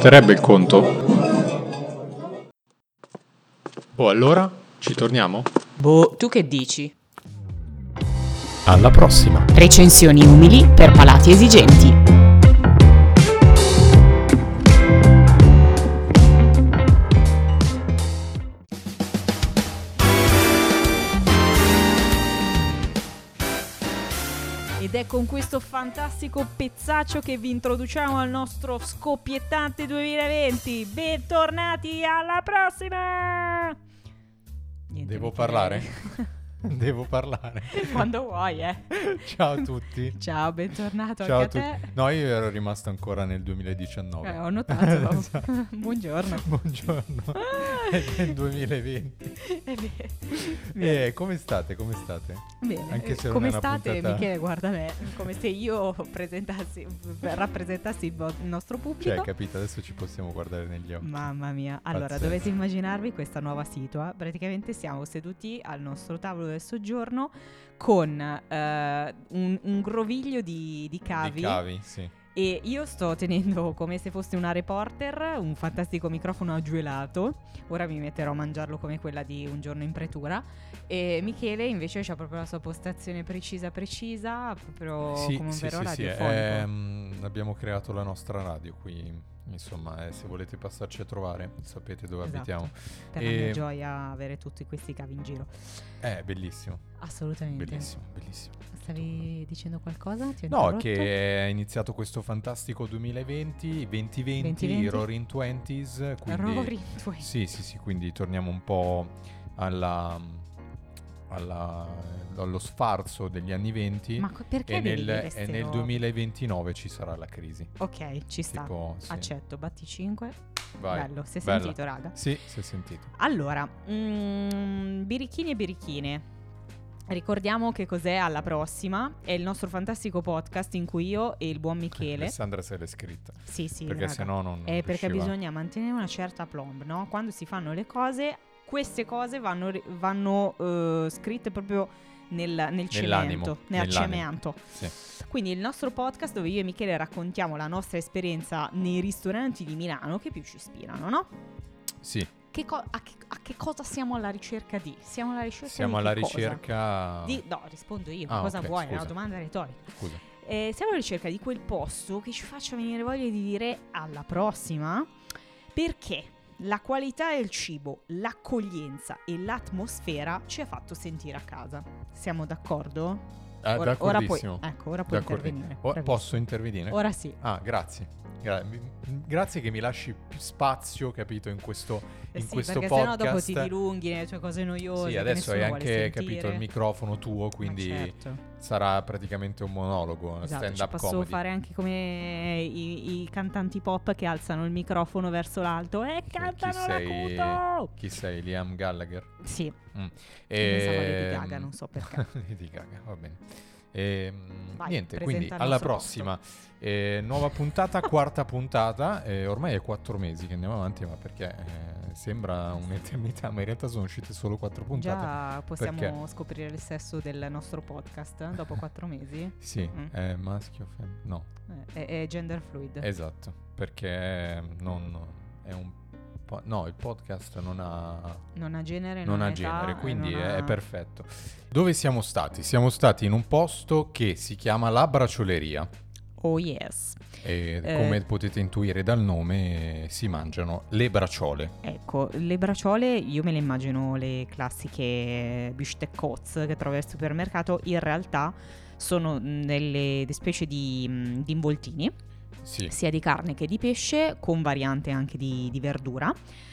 basterebbe il conto? Oh, allora? Ci torniamo? Boh, tu che dici? Alla prossima! Recensioni umili per palati esigenti. Ed è con questo fantastico pezzaccio che vi introduciamo al nostro scoppiettante 2020. Bentornati, alla prossima! Niente, Devo parlare? Devo parlare. Quando vuoi, Ciao a tutti. Ciao, bentornato Ciao a anche a tutti. te. No, io ero rimasto ancora nel 2019. Ho notato. Esatto. Buongiorno. Buongiorno. È del 2020. È vero. Come state? Come state? Bene. Anche se non Come è una state, puntata- Michele? Guarda me, come se io rappresentassi il nostro pubblico. Cioè, capito? Adesso ci possiamo guardare negli occhi. Mamma mia. Allora, Pazzesco. dovete immaginarvi questa nuova situa. Praticamente siamo seduti al nostro tavolo del soggiorno con un groviglio di cavi. Di cavi, sì. E io sto tenendo, come se fosse una reporter, un fantastico microfono a gelato. Ora mi metterò a mangiarlo come quella di Un giorno in pretura. E Michele invece ha proprio la sua postazione precisa, proprio come un vero radiofonico. Abbiamo creato la nostra radio qui. Insomma, se volete passarci a trovare, sapete dove Esatto. abitiamo. Per la mia gioia avere tutti questi cavi in giro. Bellissimo. Assolutamente. Bellissimo, bellissimo. Stavi dicendo qualcosa? Ti ho No, interrotto? che è iniziato questo fantastico 2020, 2020, Roaring Twenties. Roaring Sì, quindi torniamo un po' allo sfarzo degli anni 20. Ma perché e devi dire ste nel robe? 2029 ci sarà la crisi. Ok, ci sta. Tipo, sì. Accetto, batti 5. Vai. Bello, si è Bella. sentito, raga. Sì, si è sentito. Allora, birichini e birichine. Ricordiamo che cos'è Alla prossima. È il nostro fantastico podcast in cui io e il buon Michele. Alessandra se l'è scritta. Sì, Perché raga. sennò non Perché riusciva. bisogna mantenere una certa plomb, no? Quando si fanno le cose, queste cose vanno scritte proprio nel cemento, nel cemento. Sì. Quindi il nostro podcast dove io e Michele raccontiamo la nostra esperienza nei ristoranti di Milano che più ci ispirano, no? Sì. A che cosa siamo alla ricerca di? Siamo alla ricerca Siamo di alla che cosa? ricerca. No, rispondo io. Ah, cosa ok, vuoi? È scusa. una domanda retorica. Scusa. Siamo alla ricerca di quel posto che ci faccia venire voglia di dire alla prossima, perché la qualità del cibo, l'accoglienza e l'atmosfera ci ha fatto sentire a casa. Siamo d'accordo? Ora puoi intervenire. Posso intervenire? Ora sì. Ah, grazie. Grazie che mi lasci più spazio, capito, in questo Sì, questo perché podcast. sennò dopo ti dilunghi nelle tue cose noiose. Sì, che adesso hai nessuno vuole anche sentire. capito il microfono tuo, Ma quindi certo. sarà praticamente un monologo, una Esatto, stand-up posso comedy. fare anche come i cantanti pop che alzano il microfono verso l'alto e cantano l'acuto. Chi sei? Liam Gallagher? Sì, Mm. pensavo a Lady Gaga, non so perché. Lady Gaga, va bene. Vai, Niente, presenta quindi il alla nostro prossima. Nuova puntata, quarta puntata. Ormai è 4 mesi che andiamo avanti, ma perché sembra un'eternità, ma in realtà sono uscite solo 4 puntate. Già possiamo Perché? scoprire il sesso del nostro podcast dopo 4 mesi? Sì, è maschio o femmina? No, È gender fluid. esatto, perché non è un po'. No, il podcast non ha genere, non ha età, genere, quindi non è ha- perfetto. Dove siamo stati? Siamo stati in un posto che si chiama La Bracioleria. Oh yes. E come potete intuire dal nome, si mangiano le braciole. Ecco, le braciole io me le immagino le classiche bisteccoz che trovi al supermercato. In realtà sono delle specie di involtini, Sì. sia di carne che di pesce, con variante anche di verdura,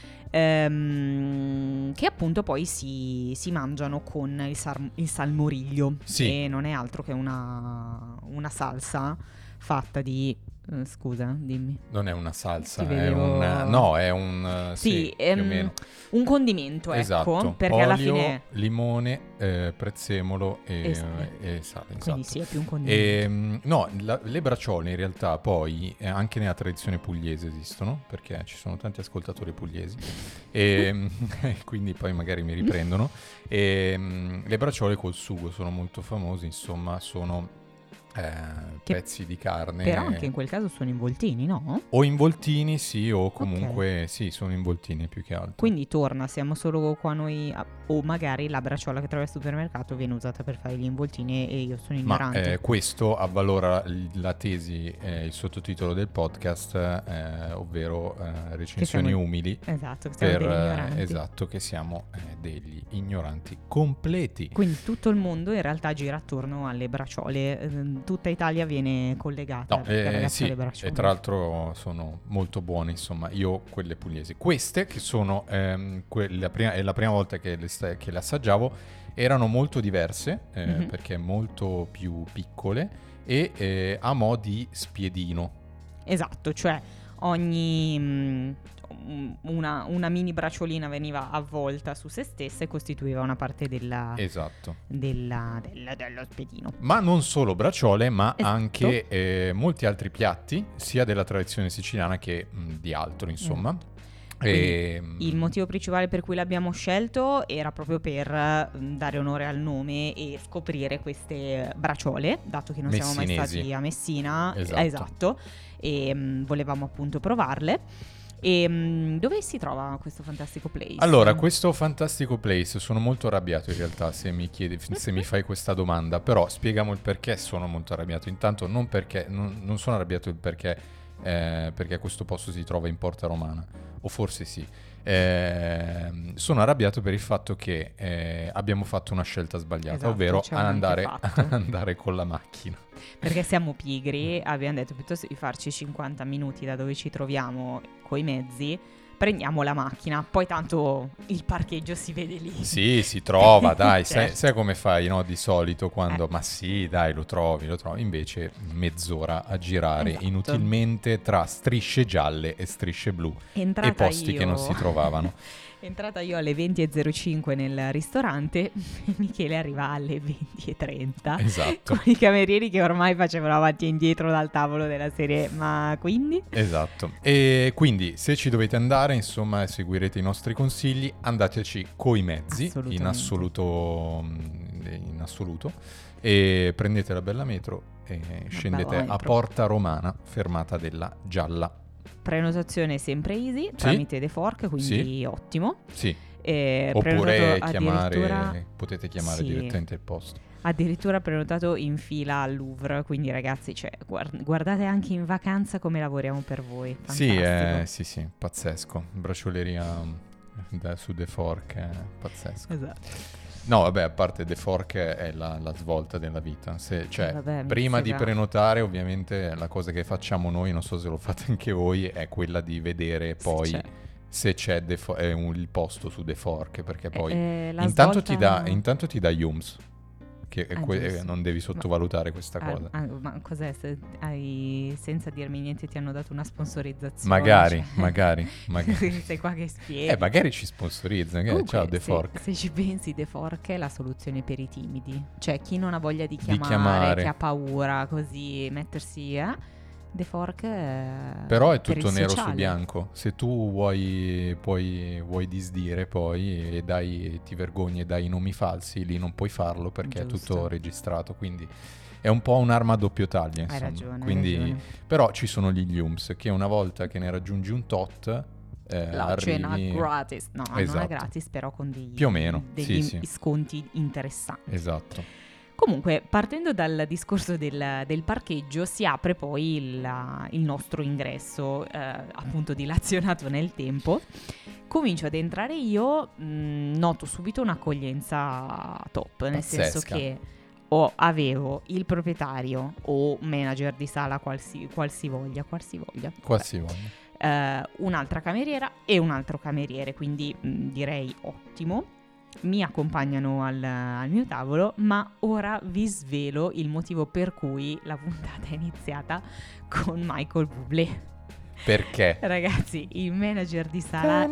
che appunto poi si mangiano con il salmoriglio, Sì. che non è altro che una salsa fatta di... scusa, dimmi. Non è una salsa, Ti è vedevo- un... No, è un... Sì, più o meno. un condimento, Esatto. ecco, perché Olio, alla fine... limone, prezzemolo e sale. Quindi Esatto. sì, è più un condimento. No, le braciole in realtà poi anche nella tradizione pugliese esistono, perché ci sono tanti ascoltatori pugliesi e quindi poi magari mi riprendono. Le braciole col sugo sono molto famose, insomma, sono pezzi di carne. Però anche in quel caso sono involtini, no? O involtini, sì, o comunque sì, sono involtini più che altro. Quindi torna, siamo solo qua noi, o magari la bracciola che trovi al supermercato viene usata per fare gli involtini e io sono ignorante. Ma questo avvalora la tesi, il sottotitolo del podcast, ovvero recensioni umili. Esatto, che siamo degli ignoranti. Esatto, che siamo degli ignoranti completi. Quindi tutto il mondo in realtà gira attorno alle bracciole, tutta Italia viene collegata sì, alle bracciole. E tra l'altro sono molto buone, insomma, io quelle pugliesi. Queste che sono è la prima volta che le assaggiavo, erano molto diverse perché molto più piccole e a mo' di spiedino. Esatto, cioè ogni una mini bracciolina veniva avvolta su se stessa e costituiva una parte dello spiedino. Ma non solo bracciole, ma anche molti altri piatti, sia della tradizione siciliana che di altro, insomma. Il motivo principale per cui l'abbiamo scelto era proprio per dare onore al nome e scoprire queste bracciole, dato che non siamo mai stati a Messina. Esatto. E volevamo appunto provarle. E dove si trova questo Fantastico Place? Allora, questo Fantastico Place, sono molto arrabbiato in realtà se mi fai questa domanda, però spieghiamo il perché sono molto arrabbiato. Intanto non sono arrabbiato perché questo posto si trova in Porta Romana, o forse sì. Sono arrabbiato per il fatto che abbiamo fatto una scelta sbagliata, ovvero andare con la macchina. Perché siamo pigri, abbiamo detto piuttosto di farci 50 minuti da dove ci troviamo coi mezzi, prendiamo la macchina, poi tanto il parcheggio si vede lì. Sì, si trova, dai, certo. sai come fai, no? Di solito quando, ma sì, dai, lo trovi, invece mezz'ora a girare inutilmente tra strisce gialle e strisce blu e posti che non si trovavano. Entrata io alle 20.05 nel ristorante, Michele arriva alle 20.30. Esatto. Con i camerieri che ormai facevano avanti e indietro dal tavolo della serie, ma quindi? Esatto. E quindi se ci dovete andare, insomma, seguirete i nostri consigli, andateci coi mezzi, in assoluto, e prendete la bella metro e scendete a Porta Romana, fermata della Gialla. Prenotazione sempre easy, tramite The Fork, quindi ottimo. Sì. Oppure potete chiamare sì, direttamente il posto. Addirittura prenotato in fila al Louvre, quindi ragazzi, cioè, guardate anche in vacanza come lavoriamo per voi. Fantastico. Sì, pazzesco. Bracioleria su The Fork è pazzesco. Esatto. No, vabbè, a parte The Fork è la svolta della vita. Prima di prenotare, ovviamente, la cosa che facciamo noi, non so se lo fate anche voi, è quella di vedere poi se c'è il posto su The Fork, perché poi intanto ti dà Yums, che non devi sottovalutare questa cosa. Ma cos'è? Senza dirmi niente ti hanno dato una sponsorizzazione? Magari. Sei qua che spieghi. Magari ci sponsorizzano. Comunque, ciao The Fork. Se ci pensi, The Fork è la soluzione per i timidi. Cioè chi non ha voglia di chiamare. Che ha paura, così mettersi The Fork però è tutto nero su bianco. Se tu vuoi disdire poi e ti vergogni e dai i nomi falsi, lì non puoi farlo perché è tutto registrato, quindi è un po' un'arma a doppio taglio, insomma. Hai ragione. Però ci sono gli Yums che una volta che ne raggiungi un tot la cena gratis, no, non è gratis, però con più o meno degli sconti interessanti. Esatto. Comunque, partendo dal discorso del parcheggio, si apre poi il nostro ingresso, appunto dilazionato nel tempo. Comincio ad entrare io, noto subito un'accoglienza top, nel senso che avevo il proprietario o manager di sala qualsivoglia. Un'altra cameriera e un altro cameriere, quindi direi ottimo. Mi accompagnano al mio tavolo, ma ora vi svelo il motivo per cui la puntata è iniziata con Michael Bublé. Perché? Ragazzi, il manager di sala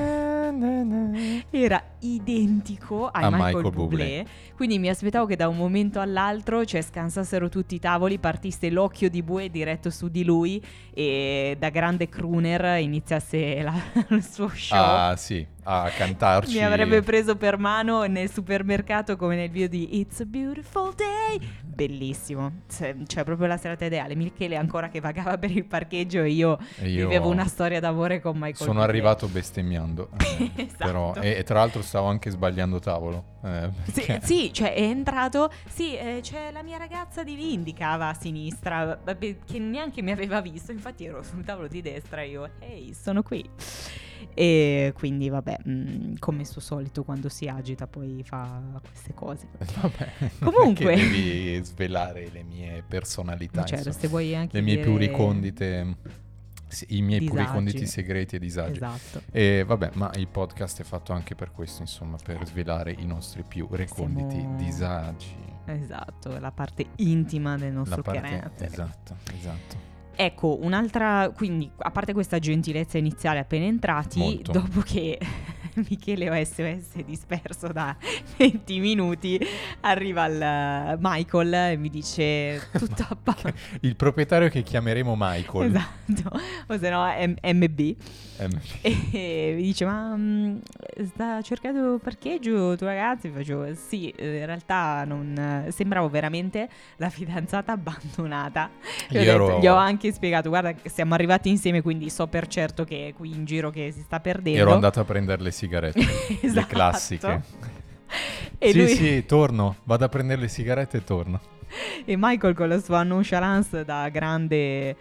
era identico a Michael Bublé. Quindi mi aspettavo che da un momento all'altro scansassero tutti i tavoli, partisse l'occhio di bue diretto su di lui e da grande crooner iniziasse il suo show. Ah sì, a cantarci. Mi avrebbe preso per mano nel supermercato come nel video di It's a Beautiful Day. Bellissimo, cioè proprio la serata ideale. Michele ancora che vagava per il parcheggio e io vivevo una storia d'amore con Michael sono Bublé. arrivato bestemmiando. Esatto. Però, e tra l'altro stavo anche sbagliando tavolo. Sì, cioè è entrato. Sì, c'è la mia ragazza di lì, indicava a sinistra, che neanche mi aveva visto. Infatti ero sul tavolo di destra e io, ehi, sono qui. E quindi vabbè, come suo solito quando si agita poi fa queste cose. Vabbè, Comunque devi svelare le mie personalità, certo, se vuoi anche le mie più dire ricondite, i miei più disagi. riconditi segreti e disagi. Esatto. E vabbè, ma il podcast è fatto anche per questo, insomma, per svelare i nostri più reconditi disagi. Esatto, la parte intima del nostro carattere. Esatto. Ecco, un'altra, quindi a parte questa gentilezza iniziale appena entrati, Molto. dopo che Michele OSS disperso da 20 minuti, arriva il Michael e mi dice tutto a posto. Il proprietario che chiameremo Michael. Esatto, o se no MB. E mi dice, ma sta cercando parcheggio tuo ragazzo? E faccio, sì, in realtà non sembravo veramente la fidanzata abbandonata. Gli ho anche spiegato, guarda, siamo arrivati insieme, quindi so per certo che è qui in giro che si sta perdendo. Ero andato a prendere le sigarette. Esatto. Le classiche. E Sì, torno, vado a prendere le sigarette e torno. E Michael con la sua nonchalance da grande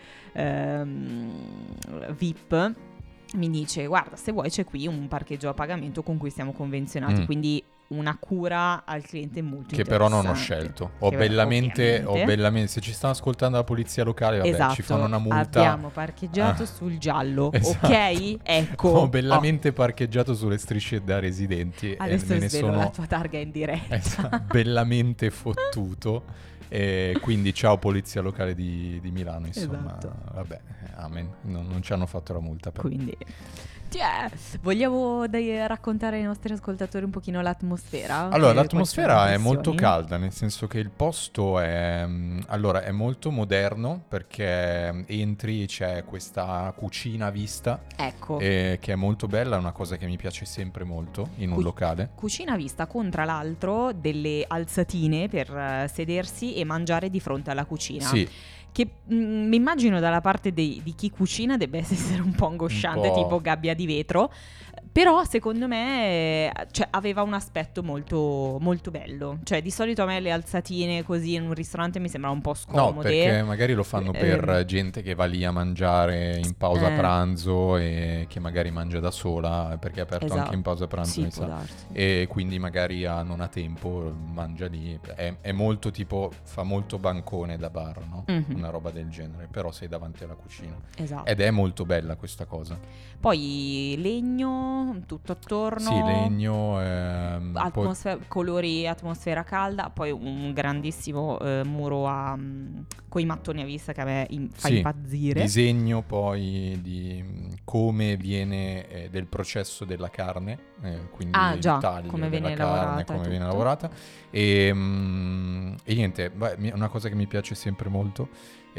VIP mi dice, guarda, se vuoi c'è qui un parcheggio a pagamento con cui siamo convenzionati, quindi una cura al cliente molto che però non ho scelto. Ho bellamente, se ci stanno ascoltando la polizia locale, vabbè, esatto, ci fanno una multa. Abbiamo parcheggiato sul giallo, esatto. Ok? Ecco. Ho bellamente parcheggiato sulle strisce da residenti. Adesso svelo la tua targa in diretta. Bellamente fottuto. E quindi ciao polizia locale di Milano, insomma. Esatto. Vabbè, amen. Non ci hanno fatto la multa però. Quindi vogliamo raccontare ai nostri ascoltatori un pochino l'atmosfera? Allora, l'atmosfera è molto calda, nel senso che il posto è molto moderno, perché entri, c'è questa cucina a vista, ecco, che è molto bella, è una cosa che mi piace sempre molto in un locale. Cucina a vista con, tra l'altro, delle alzatine per sedersi e mangiare di fronte alla cucina. Sì. Che mi immagino dalla parte di chi cucina debba essere un po' angosciante, tipo gabbia di vetro. Però secondo me aveva un aspetto molto, molto bello. Cioè di solito a me le alzatine così in un ristorante mi sembrano un po' scomode. No, perché magari lo fanno per gente che va lì a mangiare in pausa pranzo e che magari mangia da sola, perché è aperto anche in pausa pranzo, sì, mi sa. E quindi magari non ha tempo, mangia lì. È molto tipo, fa molto bancone da bar, no? Mm-hmm. Una roba del genere, però sei davanti alla cucina. Esatto. Ed è molto bella questa cosa. Poi legno, tutto attorno. Sì, legno. Colori, atmosfera calda. Poi un grandissimo muro con i mattoni a vista che a me fa impazzire. Disegno poi di come viene del processo della carne, quindi il taglio come della viene carne, lavorata, come tutto. viene lavorata. E niente, una cosa che mi piace sempre molto è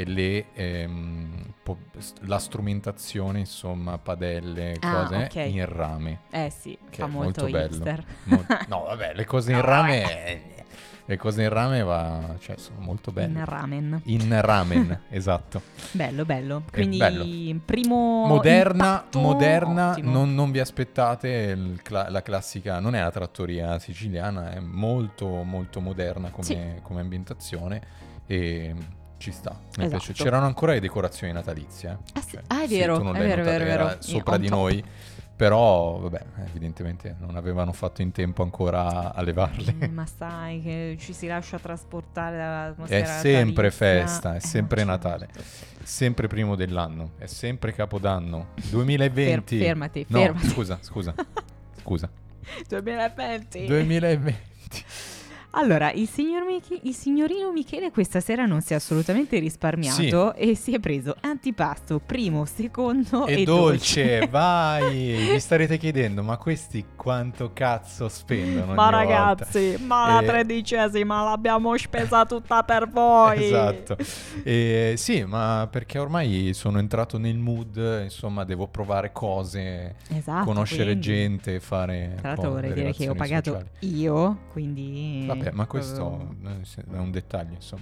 la strumentazione, insomma, padelle, cose in rame. Sì, che fa è molto bello. hipster. No, vabbè, le cose in rame... Le cose in rame sono molto belle. In ramen, esatto. Bello. Quindi bello. primo moderna, ottimo. non vi aspettate la classica, non è la trattoria siciliana, è molto molto moderna come ambientazione e ci sta. Mi piace. C'erano ancora le decorazioni natalizie. È vero, tu non è l'hai vero, notato, è vero. era sopra di noi. Però, vabbè, evidentemente non avevano fatto in tempo ancora a levarle. Ma sai che ci si lascia trasportare dall'atmosfera È sempre natalizia. Festa, è sempre Natale, sempre primo dell'anno, è sempre Capodanno. 2020. Fermati. Scusa. 2020. Allora, il signorino Michele questa sera non si è assolutamente risparmiato e si è preso antipasto, primo, secondo e dolce. Vai! Vi starete chiedendo, ma questi quanto cazzo spendono Ma ogni ragazzi, volta? ma la 13ª l'abbiamo spesa tutta per voi. Esatto. Sì, ma perché ormai sono entrato nel mood, insomma, devo provare cose, Esatto, conoscere quindi. gente, fare Tra l'altro vorrei dire che ho relazioni pagato sociali. io, quindi. Vabbè, ma questo è un dettaglio, insomma.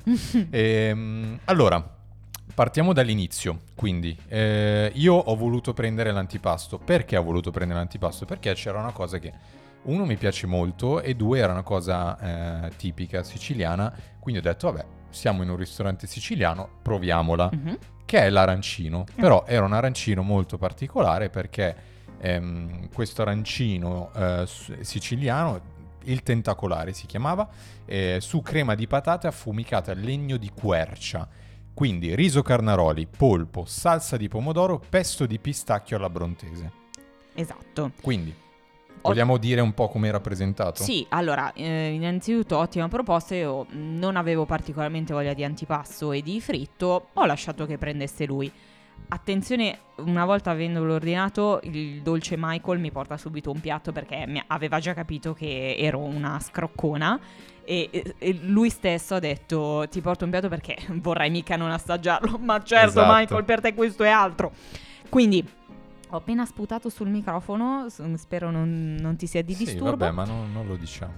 Allora, partiamo dall'inizio. Quindi, io ho voluto prendere l'antipasto. Perché ho voluto prendere l'antipasto? Perché c'era una cosa che, uno, mi piace molto, e due, era una cosa tipica siciliana. Quindi ho detto, vabbè, siamo in un ristorante siciliano, proviamola. Mhm. Che è l'arancino. Però era un arancino molto particolare perché questo arancino siciliano, il tentacolare si chiamava, su crema di patate affumicate al legno di quercia. Quindi riso carnaroli, polpo, salsa di pomodoro, pesto di pistacchio alla bronzese. Esatto. Quindi, vogliamo dire un po' come era presentato? Sì, allora, innanzitutto ottima proposta, io non avevo particolarmente voglia di antipasto e di fritto, ho lasciato che prendesse lui. Attenzione, una volta avendolo ordinato, il dolce Michael mi porta subito un piatto perché aveva già capito che ero una scroccona e lui stesso ha detto ti porto un piatto perché vorrai mica non assaggiarlo, ma certo Esatto. Michael, per te questo è altro. Quindi ho appena sputato sul microfono, spero non ti sia di Sì, disturbo. vabbè, ma non lo diciamo.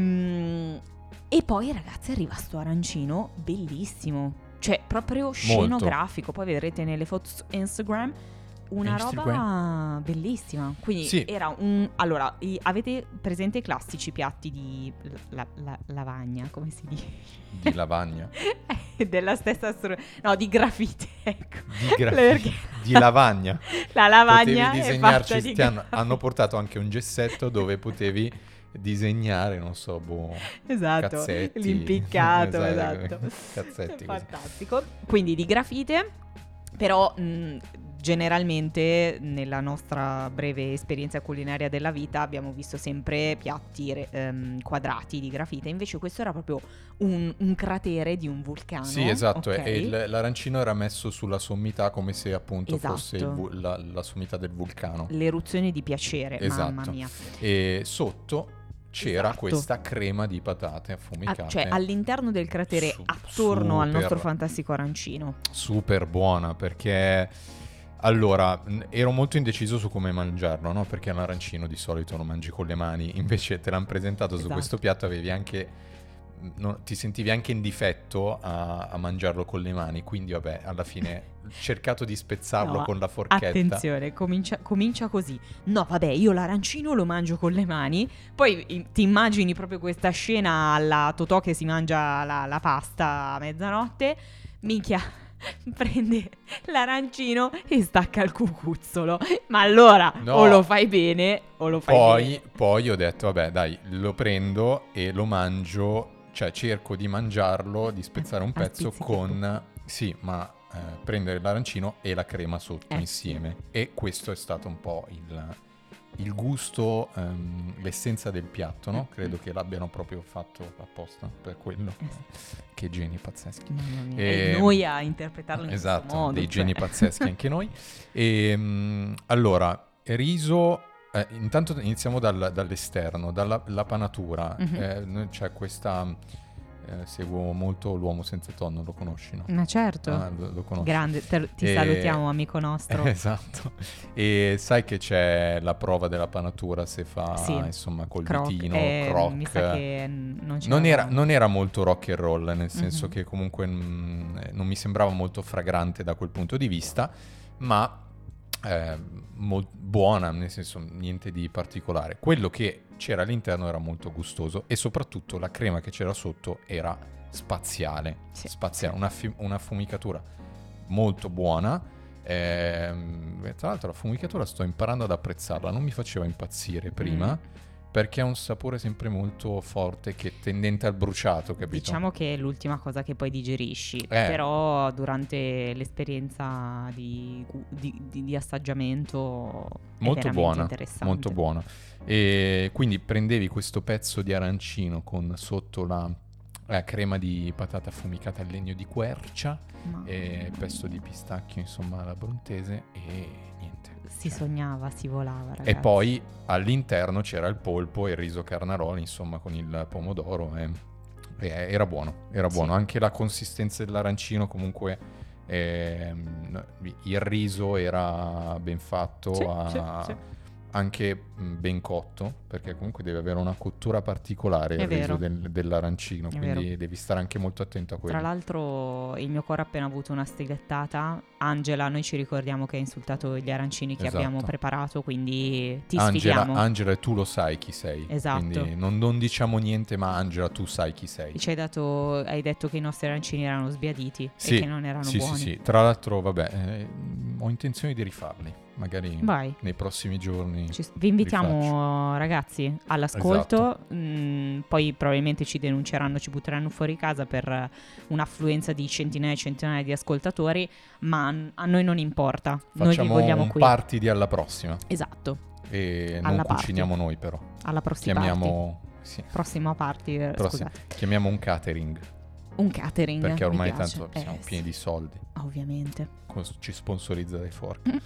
E poi ragazzi arriva sto arancino bellissimo, cioè proprio scenografico, poi vedrete nelle foto su Instagram una roba bellissima. Quindi sì. era allora, avete presente i classici piatti di lavagna, come si dice? Di lavagna. Della stessa no, di grafite, ecco. Di lavagna. La lavagna potevi è fatta disegnarci, di hanno portato anche un gessetto dove potevi disegnare, non so, esatto, cazzetti. l'impiccato, esatto. Cazzetti, fantastico. Quindi di grafite, però generalmente nella nostra breve esperienza culinaria della vita abbiamo visto sempre piatti quadrati di grafite, invece questo era proprio un cratere di un vulcano. Sì, esatto, okay? e l'arancino era messo sulla sommità come se appunto esatto. fosse la sommità del vulcano. L'eruzione di piacere, esatto. Mamma mia. E sotto c'era esatto. questa crema di patate affumicate. Cioè all'interno del cratere, attorno al nostro fantastico arancino. Super buona, perché allora ero molto indeciso su come mangiarlo, no? Perché l'arancino di solito lo mangi con le mani, invece te l'hanno presentato su questo piatto, avevi anche ti sentivi anche in difetto a mangiarlo con le mani, quindi vabbè, alla fine ho cercato di spezzarlo con la forchetta. Attenzione, comincia così. No, vabbè, io l'arancino lo mangio con le mani, poi ti immagini proprio questa scena alla Totò che si mangia la pasta a mezzanotte, minchia, prende l'arancino e stacca il cucuzzolo. Ma allora o lo fai bene o lo fai bene. Poi ho detto vabbè dai, lo prendo e lo mangio, cioè cerco di mangiarlo, di spezzare un pezzo con prendere l'arancino e la crema sotto insieme. E questo è stato un po' il gusto, l'essenza del piatto, no? Credo che l'abbiano proprio fatto apposta per quello. Che geni pazzeschi. E noi a interpretarlo in questo modo. Dei geni pazzeschi anche noi. Allora, riso. Intanto iniziamo dall'esterno, dalla panatura. C'è questa. Seguo molto L'Uomo Senza Tonno, lo conosci, no? Ma certo, lo conosci. Grande, ti salutiamo amico nostro. Esatto. E sai che c'è la prova della panatura se fa insomma col ditino, croc. Mi sa che non era molto rock and roll, nel senso che comunque non mi sembrava molto fragrante da quel punto di vista, ma buona, nel senso niente di particolare. Quello che c'era all'interno era molto gustoso e soprattutto la crema che c'era sotto era spaziale, una affumicatura molto buona. Tra l'altro la affumicatura sto imparando ad apprezzarla, non mi faceva impazzire prima, perché ha un sapore sempre molto forte che è tendente al bruciato, capito? Diciamo che è l'ultima cosa che poi digerisci, però durante l'esperienza di assaggiamento molto è veramente buona, interessante. molto buona. E quindi prendevi questo pezzo di arancino con sotto la crema di patata affumicata al legno di quercia e pesto di pistacchio, insomma, alla bronzese, e niente. Si sognava, si volava, ragazzi. E poi all'interno c'era il polpo e il riso carnaroli, insomma, con il pomodoro. Era buono, era buono. Sì. Anche la consistenza dell'arancino, comunque, il riso era ben fatto, Sì. anche ben cotto, perché comunque deve avere una cottura particolare il riso dell'arancino, quindi devi stare anche molto attento a quello. Tra l'altro il mio cuore ha appena avuto una stilettata. Angela, noi ci ricordiamo che ha insultato gli arancini che abbiamo preparato, quindi ti sfidiamo. Angela, tu lo sai chi sei. Esatto. Quindi non diciamo niente, ma Angela, tu sai chi sei. Hai detto che i nostri arancini erano sbiaditi e che non erano buoni. Sì. Tra l'altro, vabbè, ho intenzione di rifarli. Magari nei prossimi giorni. Vi invitiamo, ragazzi, all'ascolto. Esatto. Poi probabilmente ci denunceranno, ci butteranno fuori casa per un'affluenza di centinaia e centinaia di ascoltatori, ma a noi non importa. Facciamo noi vi vogliamo un qui. Party di alla prossima. Esatto. E non cuciniamo noi, però. Alla prossima chiamiamo prossima party. Scusate. Chiamiamo un catering. Un catering. Perché ormai tanto siamo pieni di soldi. Ovviamente. Ci sponsorizza dai forchi.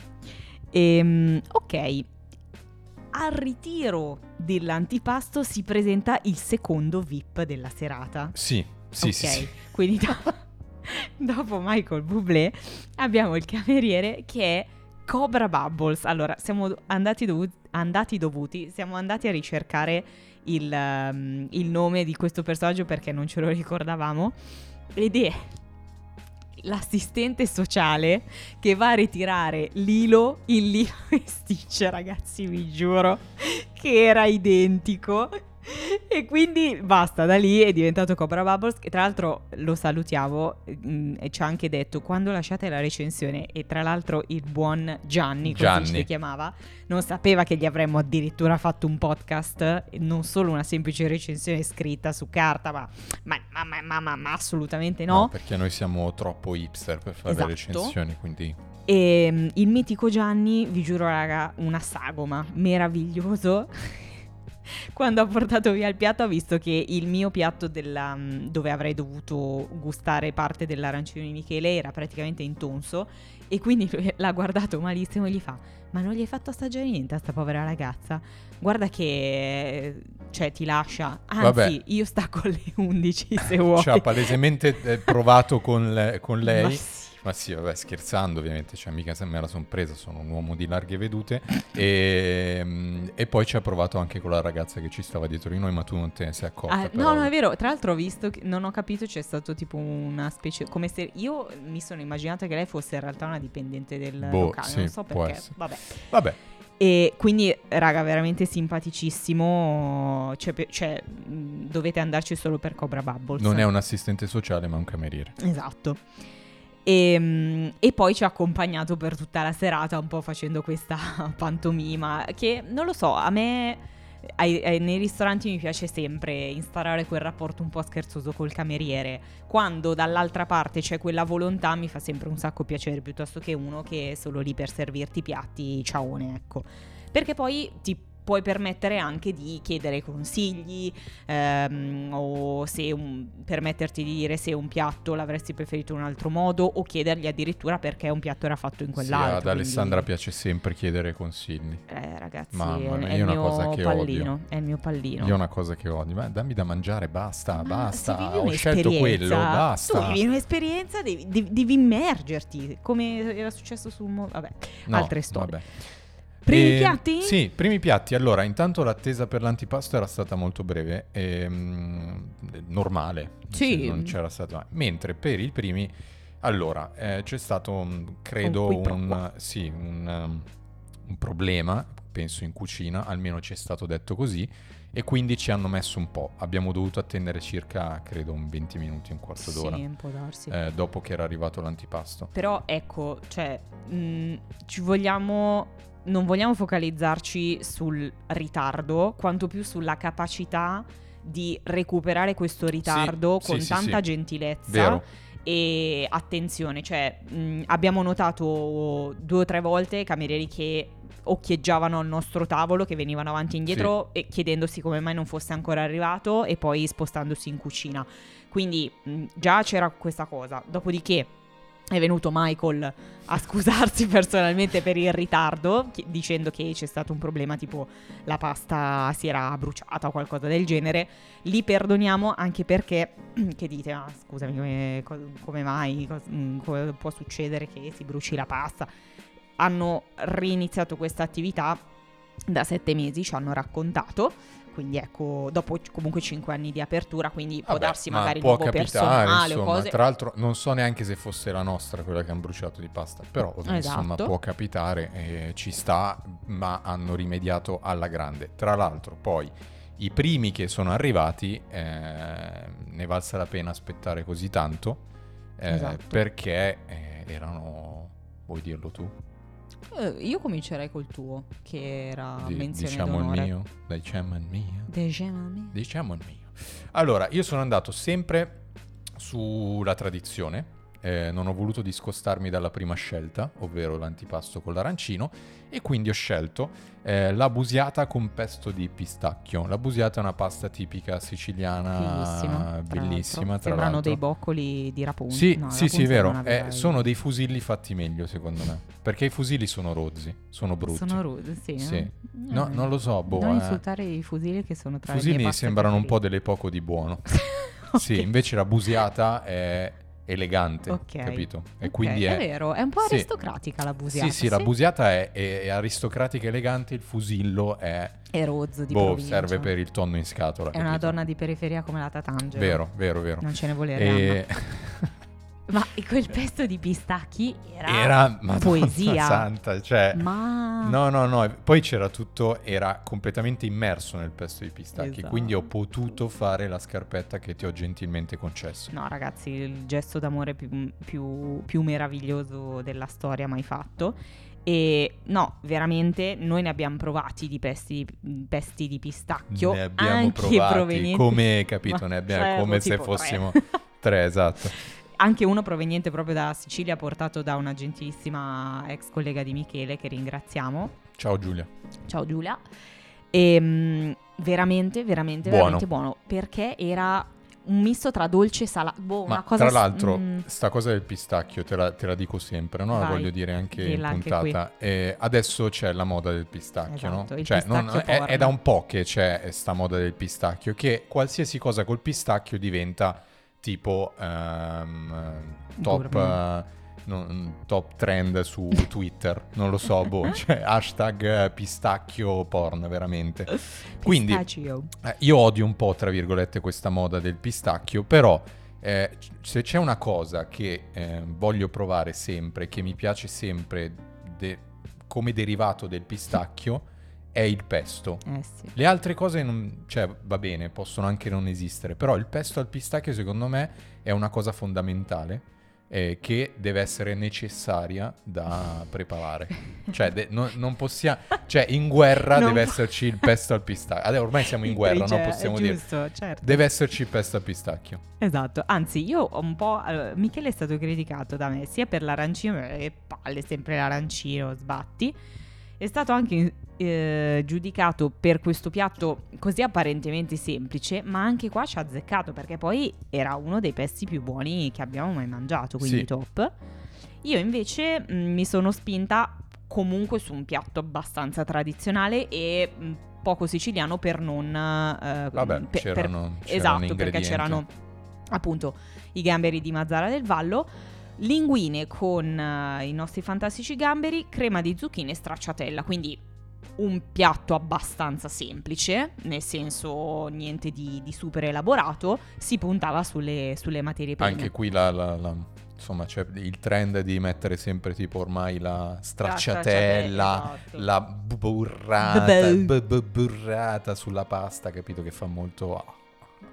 Ok. Al ritiro dell'antipasto si presenta il secondo VIP della serata. Sì. Quindi dopo Michael Bublé abbiamo il cameriere che è Cobra Bubbles. Allora, siamo andati dovuti, siamo andati a ricercare il nome di questo personaggio perché non ce lo ricordavamo, ed è l'assistente sociale che va a ritirare Lilo in Lilo e Stitch, ragazzi, vi giuro che era identico. E quindi basta, da lì è diventato Cobra Bubbles, che tra l'altro lo salutiamo, e ci ha anche detto quando lasciate la recensione, e tra l'altro il buon Gianni, così si chiamava, non sapeva che gli avremmo addirittura fatto un podcast, non solo una semplice recensione scritta su carta, ma assolutamente no. No, perché noi siamo troppo hipster per fare le recensioni, quindi... E il mitico Gianni, vi giuro raga, una sagoma, meraviglioso. Quando ha portato via il piatto ha visto che il mio piatto dove avrei dovuto gustare parte dell'arancino di Michele era praticamente intonso, e quindi lui l'ha guardato malissimo e gli fa: ma non gli hai fatto assaggiare niente a sta povera ragazza? Guarda che ti lascia, anzi io stacco alle 11 se vuoi. Ci ha palesemente provato con lei. Ma sì, vabbè, scherzando ovviamente, mica se me la son presa, sono un uomo di larghe vedute. E poi ci ha provato anche con la ragazza che ci stava dietro di noi, ma tu non te ne sei accorta. No, è vero, tra l'altro ho visto, non ho capito, c'è stato tipo una specie, come se io mi sono immaginata che lei fosse in realtà una dipendente del locale, sì, non so perché, vabbè. E quindi, raga, veramente simpaticissimo, dovete andarci solo per Cobra Bubbles. Non è un assistente sociale, ma un cameriere. Esatto. E poi ci ha accompagnato per tutta la serata, un po' facendo questa pantomima che, non lo so, a me nei ristoranti mi piace sempre instaurare quel rapporto un po' scherzoso col cameriere. Quando dall'altra parte c'è quella volontà mi fa sempre un sacco piacere, piuttosto che uno che è solo lì per servirti i piatti, ciaone, ecco. Perché poi ti puoi permettere anche di chiedere consigli, o permetterti di dire se un piatto l'avresti preferito in un altro modo, o chiedergli addirittura perché un piatto era fatto in quell'altro. Ad Alessandra piace sempre chiedere consigli. Ragazzi, è il mio pallino. È il mio pallino. Io ho una cosa che odio, ma dammi da mangiare, basta. Ho scelto quello, basta. Tu vivi un'esperienza, devi immergerti, come era successo altre storie. Vabbè. Primi piatti? Sì, primi piatti. Allora, intanto l'attesa per l'antipasto era stata molto breve, normale. Sì. Non c'era stato mai. Mentre per i primi, allora, c'è stato, credo, un problema, penso, in cucina, almeno ci è stato detto così, e quindi ci hanno messo un po'. Abbiamo dovuto attendere circa, credo, un 20 minuti, un quarto d'ora. Sì, può darsi. Dopo che era arrivato l'antipasto. Però, ecco, ci vogliamo non vogliamo focalizzarci sul ritardo, quanto più sulla capacità di recuperare questo ritardo con tanta gentilezza. Vero. E attenzione, cioè abbiamo notato 2 o 3 volte camerieri che occhieggiavano al nostro tavolo, che venivano avanti e indietro e chiedendosi come mai non fosse ancora arrivato e poi spostandosi in cucina. Quindi già c'era questa cosa. Dopodiché è venuto Michael a scusarsi personalmente per il ritardo, dicendo che c'è stato un problema, tipo la pasta si era bruciata o qualcosa del genere. Li perdoniamo, anche perché, che dite, scusami, come mai, come può succedere che si bruci la pasta? Hanno riniziato questa attività da 7 mesi, ci hanno raccontato. Quindi ecco, dopo comunque 5 anni di apertura, quindi può darsi magari nuovo personale, insomma, o cose. Tra l'altro non so neanche se fosse la nostra quella che hanno bruciato di pasta, però insomma può capitare, ci sta, ma hanno rimediato alla grande. Tra l'altro poi i primi che sono arrivati, ne valsa la pena aspettare così tanto, perché erano, vuoi dirlo tu? Io comincerei col tuo, che era menzione diciamo d'onore. il mio, diciamo il mio. Allora, io sono andato sempre sulla tradizione, non ho voluto discostarmi dalla prima scelta, ovvero l'antipasto con l'arancino, e quindi ho scelto la busiata con pesto di pistacchio. La busiata è una pasta tipica siciliana, bellissima. Sembrano dei boccoli di Rapunzel. Sì, vero. Sono dei fusilli fatti meglio, secondo me, perché i fusilli sono rozzi, sono brutti. Sì. No, non lo so, non insultare i fusilli, che sono tra i fusilli le mie mi sembrano un po' delle poco di buono. Okay. Sì, invece la busiata è elegante, capito? E quindi è vero, è un po' aristocratica la busiata. Sì, la busiata è aristocratica, elegante, il fusillo è rozzo di provincia. Serve per il tonno in scatola. È una donna di periferia come la Tatangelo. Vero. Non ce ne vuole Ma quel pesto di pistacchi era poesia santa, cioè ma no, poi c'era tutto, era completamente immerso nel pesto di pistacchi, esatto. Quindi ho potuto fare la scarpetta che ti ho gentilmente concesso. No ragazzi, il gesto d'amore più meraviglioso della storia mai fatto. E no, veramente noi ne abbiamo provati di pesti di pistacchio. Ne abbiamo anche provati, come capito, ne abbiamo come se fossimo 3, esatto. Anche uno proveniente proprio da Sicilia, portato da una gentilissima ex collega di Michele, che ringraziamo. Ciao Giulia. E veramente buono, perché era un misto tra dolce e salato. Una cosa, tra l'altro, sta cosa del pistacchio te la dico sempre, no? La voglio dire anche in puntata. Adesso c'è la moda del pistacchio, esatto, no? Cioè, è da un po' che c'è sta moda del pistacchio, che qualsiasi cosa col pistacchio diventa tipo top trend su Twitter, non lo so, cioè hashtag pistacchio porn, veramente. Quindi io odio un po', tra virgolette, questa moda del pistacchio, però se c'è una cosa che voglio provare sempre, che mi piace sempre come derivato del pistacchio, è il pesto. Sì. Le altre cose va bene, possono anche non esistere, però il pesto al pistacchio secondo me è una cosa fondamentale, che deve essere necessaria da preparare. Cioè non possiamo, cioè in guerra deve esserci il pesto al pistacchio. Adesso ormai siamo in guerra, non possiamo dire. Certo. Deve esserci il pesto al pistacchio. Esatto, anzi io ho un po'... Michele è stato criticato da me sia per l'arancino, che palle, sempre l'arancino, sbatti. È stato anche giudicato per questo piatto così apparentemente semplice, ma anche qua ci ha azzeccato, perché poi era uno dei pesti più buoni che abbiamo mai mangiato, quindi top. Io invece mi sono spinta comunque su un piatto abbastanza tradizionale e poco siciliano, per non... c'erano esatto, perché c'erano appunto i gamberi di Mazzara del Vallo, linguine con i nostri fantastici gamberi, crema di zucchine e stracciatella, quindi un piatto abbastanza semplice, nel senso niente di super elaborato, si puntava sulle materie prime. Anche qui insomma c'è il trend di mettere sempre tipo ormai la stracciatella, esatto. La burrata sulla pasta, capito, che fa molto...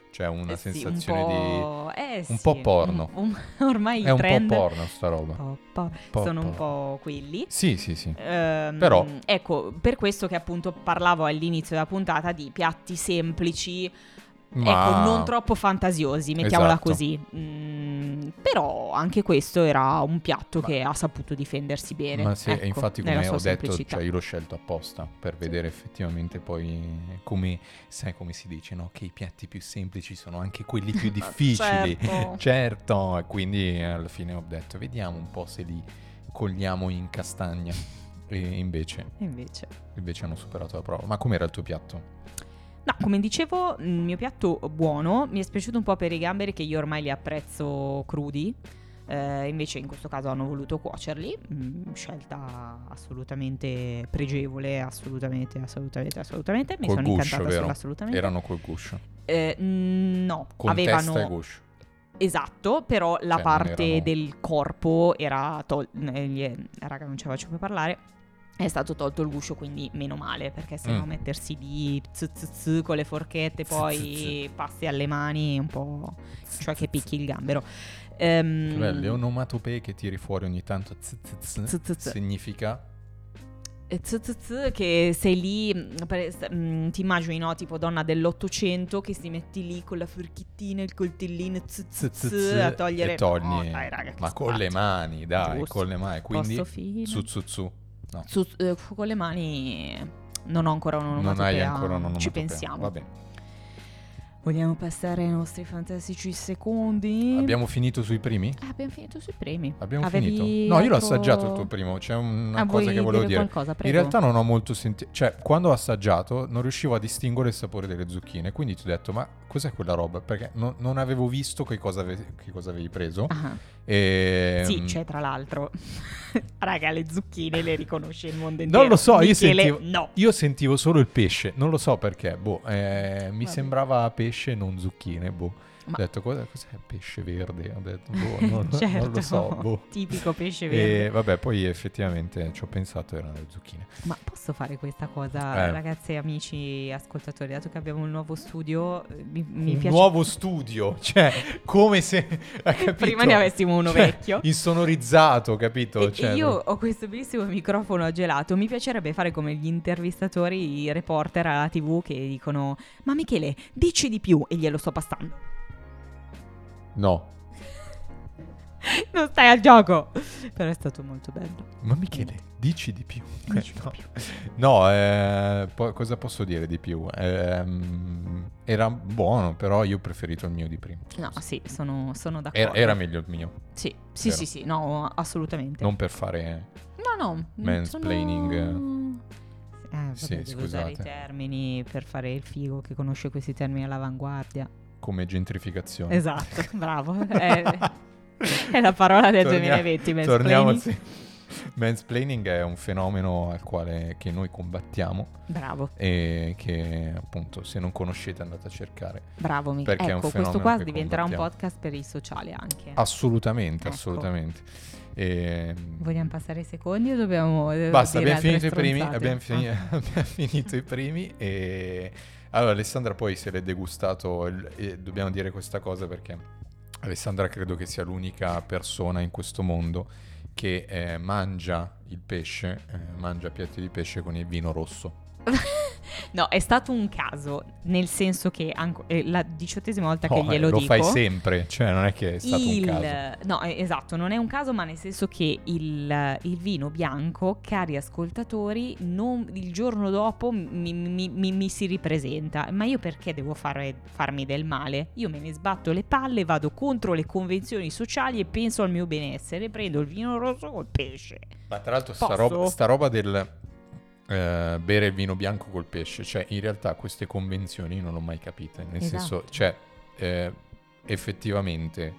C'è una Sì, sensazione un sì, po' porno. Ormai È il un trend po' porno sta roba. sono un po' quelli. Sì. Però Ecco, per questo che appunto parlavo all'inizio della puntata di piatti semplici, ecco, non troppo fantasiosi, mettiamola esatto. così. Però anche questo era un piatto che ha saputo difendersi bene. Ma se, ecco, infatti, nella come sua ho detto, semplicità. cioè io l'ho scelto apposta per vedere effettivamente poi come, sai come si dice, no? Che i piatti più semplici sono anche quelli più difficili. Certo, e quindi alla fine ho detto, vediamo un po' se li cogliamo in castagna. E invece hanno superato la prova. Ma com'era il tuo piatto? No, come dicevo, il mio piatto buono mi è spiaciuto un po' per i gamberi che io ormai li apprezzo crudi. Invece in questo caso hanno voluto cuocerli, scelta assolutamente pregevole, assolutamente. Mi Col sono guscio, incantata vero? sull'assolutamente. Erano col guscio. No, Con avevano testa e guscio. esatto, però la Cioè, non parte erano- del corpo era raga, non ce la faccio più parlare. È stato tolto il guscio, quindi meno male, perché se no mettersi lì con le forchette, poi passi alle mani un po', cioè che picchi il gambero. Le onomatopee che tiri fuori ogni tanto significa che sei lì, ti immagini, no, tipo donna dell'800 che si metti lì con la forchettina, il coltellino a togliere. e togli, no, dai, raga, ma con le mani, dai, Giusto. con le mani, quindi Posto fine. su. No. Con le mani non ho ancora un'onomatopea. Non hai ancora un'onomatopea. Ci pensiamo. Va bene. Vogliamo passare ai nostri fantastici secondi? Abbiamo finito sui primi? Abbiamo finito sui primi. Abbiamo Avevi finito? No, io l'ho altro- assaggiato il tuo primo. C'è una cosa vuoi che volevo dire. qualcosa, In prego? realtà non ho molto sentito. Cioè, quando ho assaggiato non riuscivo a distinguere il sapore delle zucchine. Quindi ti ho detto, ma cos'è quella roba? Perché non avevo visto che cosa avevi preso. Ah. E... Sì, c'è tra l'altro. Raga, le zucchine le riconosce il mondo intero. Non lo so, Michele, no. io sentivo solo il pesce. Non lo so perché. Mi sembrava pesce, non zucchine. Ho detto, cos'è pesce verde? Ho detto, non lo so. Tipico pesce verde. E vabbè, poi effettivamente ci ho pensato, erano le zucchine. Ma posso fare questa cosa, ragazzi, amici, ascoltatori, dato che abbiamo un nuovo studio, mi piace... Nuovo studio, cioè, come se... capito? Prima ne avessimo uno vecchio. Insonorizzato, capito? E io ho questo bellissimo microfono a gelato, mi piacerebbe fare come gli intervistatori, i reporter alla TV che dicono, ma Michele, dici di più, e glielo sto passando. No. Non stai al gioco. Però è stato molto bello. Ma Michele, dici di più. No, cosa posso dire di più? Era buono, però io ho preferito il mio di prima. No, sì, sono d'accordo. Era meglio il mio. Sì, Vero. sì, no, assolutamente. Non per fare No. mansplaining. Sì, devo usare i scusate. termini per fare il figo che conosce questi termini all'avanguardia. Come gentrificazione. Esatto, bravo. È la parola del 2020, Torniamo, mansplaining. sì. Mansplaining è un fenomeno che noi combattiamo. Bravo. E che appunto, se non conoscete, andate a cercare. Bravo, Michele. Perché è un Ecco, questo fenomeno qua che diventerà un combattiamo. podcast per il sociale anche. Assolutamente, Ecco. assolutamente. Vogliamo passare ai secondi o dobbiamo Basta, dire abbiamo finito altre i primi. stronzate? Abbiamo finito i primi. E allora, Alessandra poi se l'è degustato. E dobbiamo dire questa cosa perché Alessandra credo che sia l'unica persona in questo mondo che mangia il pesce, mangia piatti di pesce con il vino rosso. No, è stato un caso, nel senso che è la 18ª volta che glielo lo dico. fai sempre, cioè non è che è stato un caso. No, esatto, non è un caso, ma nel senso che il vino bianco, cari ascoltatori, il giorno dopo mi si ripresenta. Ma io perché devo farmi del male? Io me ne sbatto le palle, vado contro le convenzioni sociali e penso al mio benessere. Prendo il vino rosso col pesce. Ma tra l'altro Posso? sta roba del bere il vino bianco col pesce, cioè in realtà queste convenzioni non l'ho mai capite, nel Esatto. senso, cioè effettivamente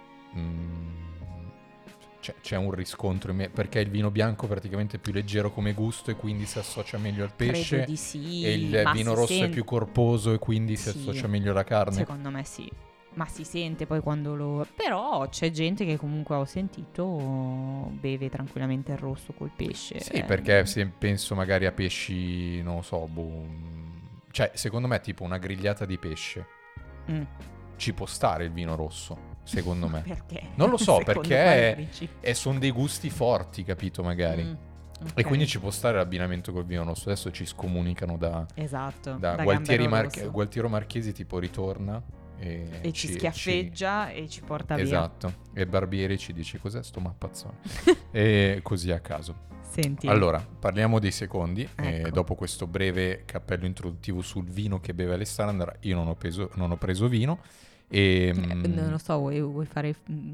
c'è un riscontro perché il vino bianco praticamente è più leggero come gusto e quindi si associa meglio al pesce. Credo di sì. E il vino rosso è più corposo e quindi si Sì. associa meglio alla carne. Secondo me sì. Ma si sente poi quando lo... Però c'è gente che comunque ho sentito beve tranquillamente il rosso col pesce. Sì, perché se penso magari a pesci, non lo so, cioè secondo me tipo una grigliata di pesce ci può stare il vino rosso, secondo me. Perché? Non lo so, Secondo perché quale dici? sono dei gusti forti, capito, magari. Ok. E quindi ci può stare l'abbinamento col vino rosso. Adesso ci scomunicano da Esatto, Gualtiero Gambero Marchesi, tipo ritorna e ci schiaffeggia e ci porta via. Esatto. E Barbieri ci dice cos'è sto mappazzone. E così a caso. Senti. Allora, parliamo dei secondi. Ecco. Dopo questo breve cappello introduttivo sul vino che beve Alessandra, io non ho preso vino. E, non lo so, vuoi fare...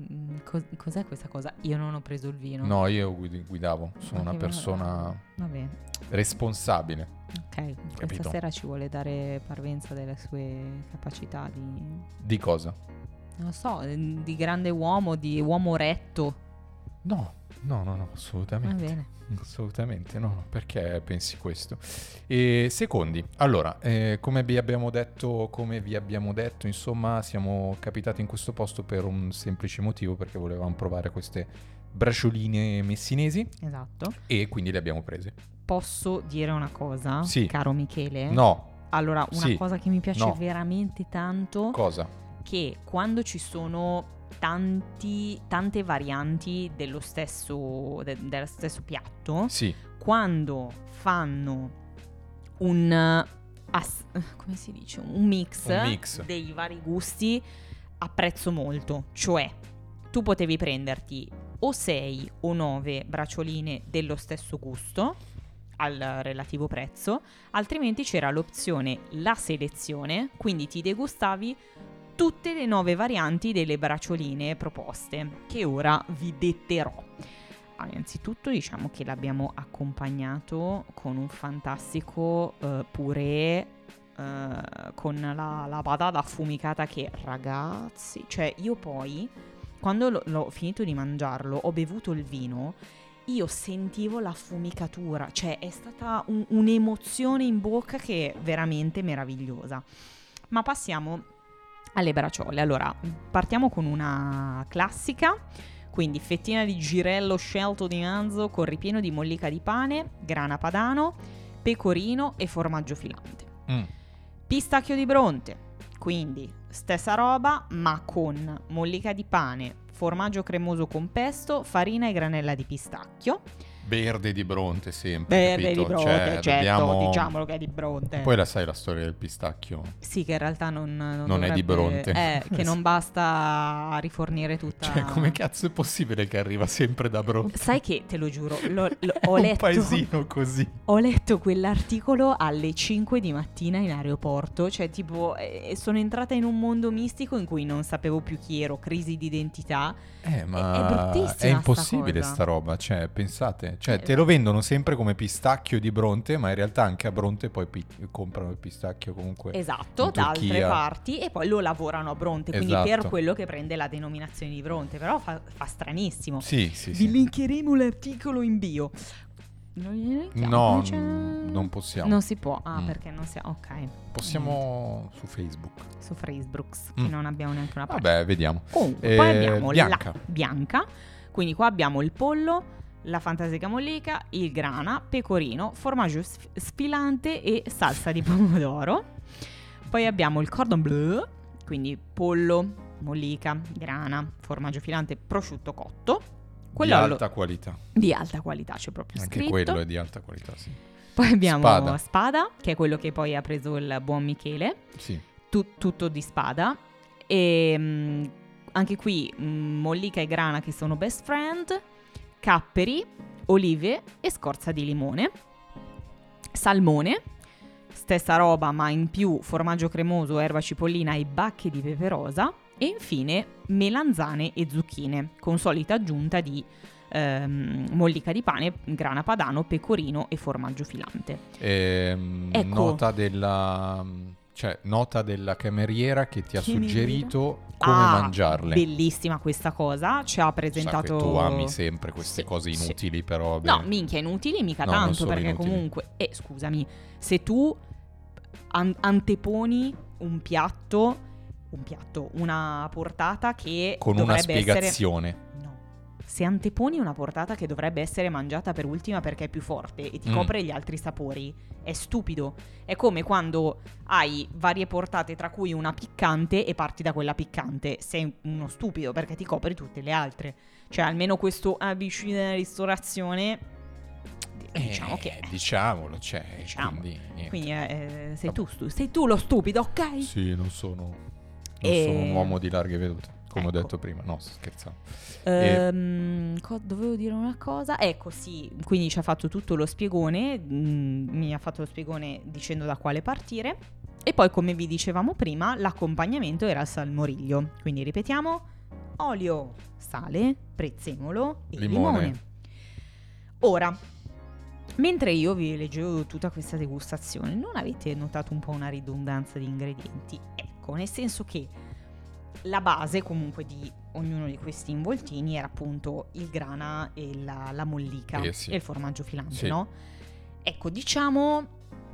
cos'è questa cosa? Io non ho preso il vino. No, io guidavo, sono una persona Va bene. responsabile. Ok, questa Capito. sera ci vuole dare parvenza delle sue capacità di... Di cosa? Non lo so, di grande uomo, di uomo retto. No, Va assolutamente. bene. Assolutamente no, perché pensi questo? E secondi, allora, come vi abbiamo detto, insomma, siamo capitati in questo posto per un semplice motivo, perché volevamo provare queste braccioline messinesi Esatto. e quindi le abbiamo prese. Posso dire una cosa, Sì. caro Michele? No, Allora, una Sì. cosa che mi piace No. veramente tanto, cosa? che quando ci sono tante varianti dello stesso piatto, Sì, quando fanno come si dice, un mix dei vari gusti, apprezzo molto. Cioè, tu potevi prenderti o 6 o 9 braccioline dello stesso gusto al relativo prezzo, altrimenti c'era l'opzione la selezione, quindi ti degustavi tutte le 9 varianti delle braccioline proposte, che ora vi detterò. Innanzitutto diciamo che l'abbiamo accompagnato con un fantastico purè con la patata affumicata che, ragazzi, cioè io poi, quando l'ho finito di mangiarlo, ho bevuto il vino, io sentivo l'affumicatura, cioè è stata un'emozione in bocca che è veramente meravigliosa. Ma passiamo alle braciole. Allora, partiamo con una classica, quindi fettina di girello scelto di manzo con ripieno di mollica di pane, grana padano, pecorino e formaggio filante. Pistacchio di Bronte, quindi stessa roba ma con mollica di pane, formaggio cremoso con pesto, farina e granella di pistacchio. Verde di Bronte sempre, Verde capito? di Bronte, Cioè, certo, diciamolo che è di Bronte. Poi la sai la storia del pistacchio? Sì, che in realtà non è di dovrebbe- Bronte. che non basta rifornire tutta... Cioè, come cazzo è possibile che arriva sempre da Bronte? Sai che, te lo giuro, È ho un letto... paesino così. Ho letto quell'articolo alle 5 di mattina in aeroporto, cioè tipo sono entrata in un mondo mistico in cui non sapevo più chi ero, crisi di identità. Ma È bruttissima è impossibile sta cosa. sta roba, cioè pensate, cioè te lo vendono sempre come pistacchio di Bronte, ma in realtà anche a Bronte poi comprano il pistacchio comunque. Esatto, in da altre Turchia. parti e poi lo lavorano a Bronte, quindi Esatto. per quello che prende la denominazione di Bronte, però fa stranissimo. Sì, Vi linkeremo l'articolo in bio. Non glielo linkiamo, No, c'è- non possiamo. Non si può, Mm. perché non si... Ok. Possiamo su Facebook. Su Facebook, che non abbiamo neanche una pagina. Vabbè, vediamo. Comunque, poi abbiamo bianca. la bianca, quindi qua abbiamo il pollo, la fantasica mollica, il grana, pecorino, formaggio sfilante e salsa di pomodoro. Poi abbiamo il cordon bleu, quindi pollo, mollica, grana, formaggio filante, prosciutto cotto. Di Quello alta qualità. di alta qualità, c'è proprio Anche scritto. quello è di alta qualità, sì. Poi abbiamo Spada. Spada, che è quello che poi ha preso il buon Michele. Sì. Tutto di Spada. E anche qui mollica e grana che sono best friend, capperi, olive e scorza di limone. Salmone, stessa roba ma in più formaggio cremoso, erba cipollina e bacche di pepe rosa. E infine melanzane e zucchine con solita aggiunta di mollica di pane, grana padano, pecorino e formaggio filante. Ecco. Nota della cameriera che ti ha Cameriera? suggerito come mangiarle. Bellissima questa cosa, ci ha presentato... Sa che tu ami sempre queste Sì, cose sì. inutili, però... No, minchia, inutili mica No, non tanto, sono perché inutili. comunque... scusami, se tu anteponi un piatto, una portata che con una dovrebbe essere... spiegazione. No, se anteponi una portata che dovrebbe essere mangiata per ultima perché è più forte e ti copre gli altri sapori, è stupido. È come quando hai varie portate tra cui una piccante e parti da quella piccante. Sei uno stupido perché ti copri tutte le altre. Cioè almeno questo vicino alla ristorazione, diciamo che diciamolo, c'è. diciamo. Quindi Sei tu lo stupido, ok? Sì, non sono un uomo di larghe vedute, come ho detto prima. No, sto scherzando. Dovevo dire una cosa. Ecco, sì, quindi ci ha fatto tutto lo spiegone, mi ha fatto lo spiegone dicendo da quale partire. E poi, come vi dicevamo prima, l'accompagnamento era il salmoriglio. Quindi ripetiamo: olio, sale, prezzemolo e limone. Ora, mentre io vi leggevo tutta questa degustazione, non avete notato un po' una ridondanza di ingredienti? Ecco, nel senso che la base comunque di ognuno di questi involtini era appunto il grana e la mollica e il formaggio filante, no? Ecco, diciamo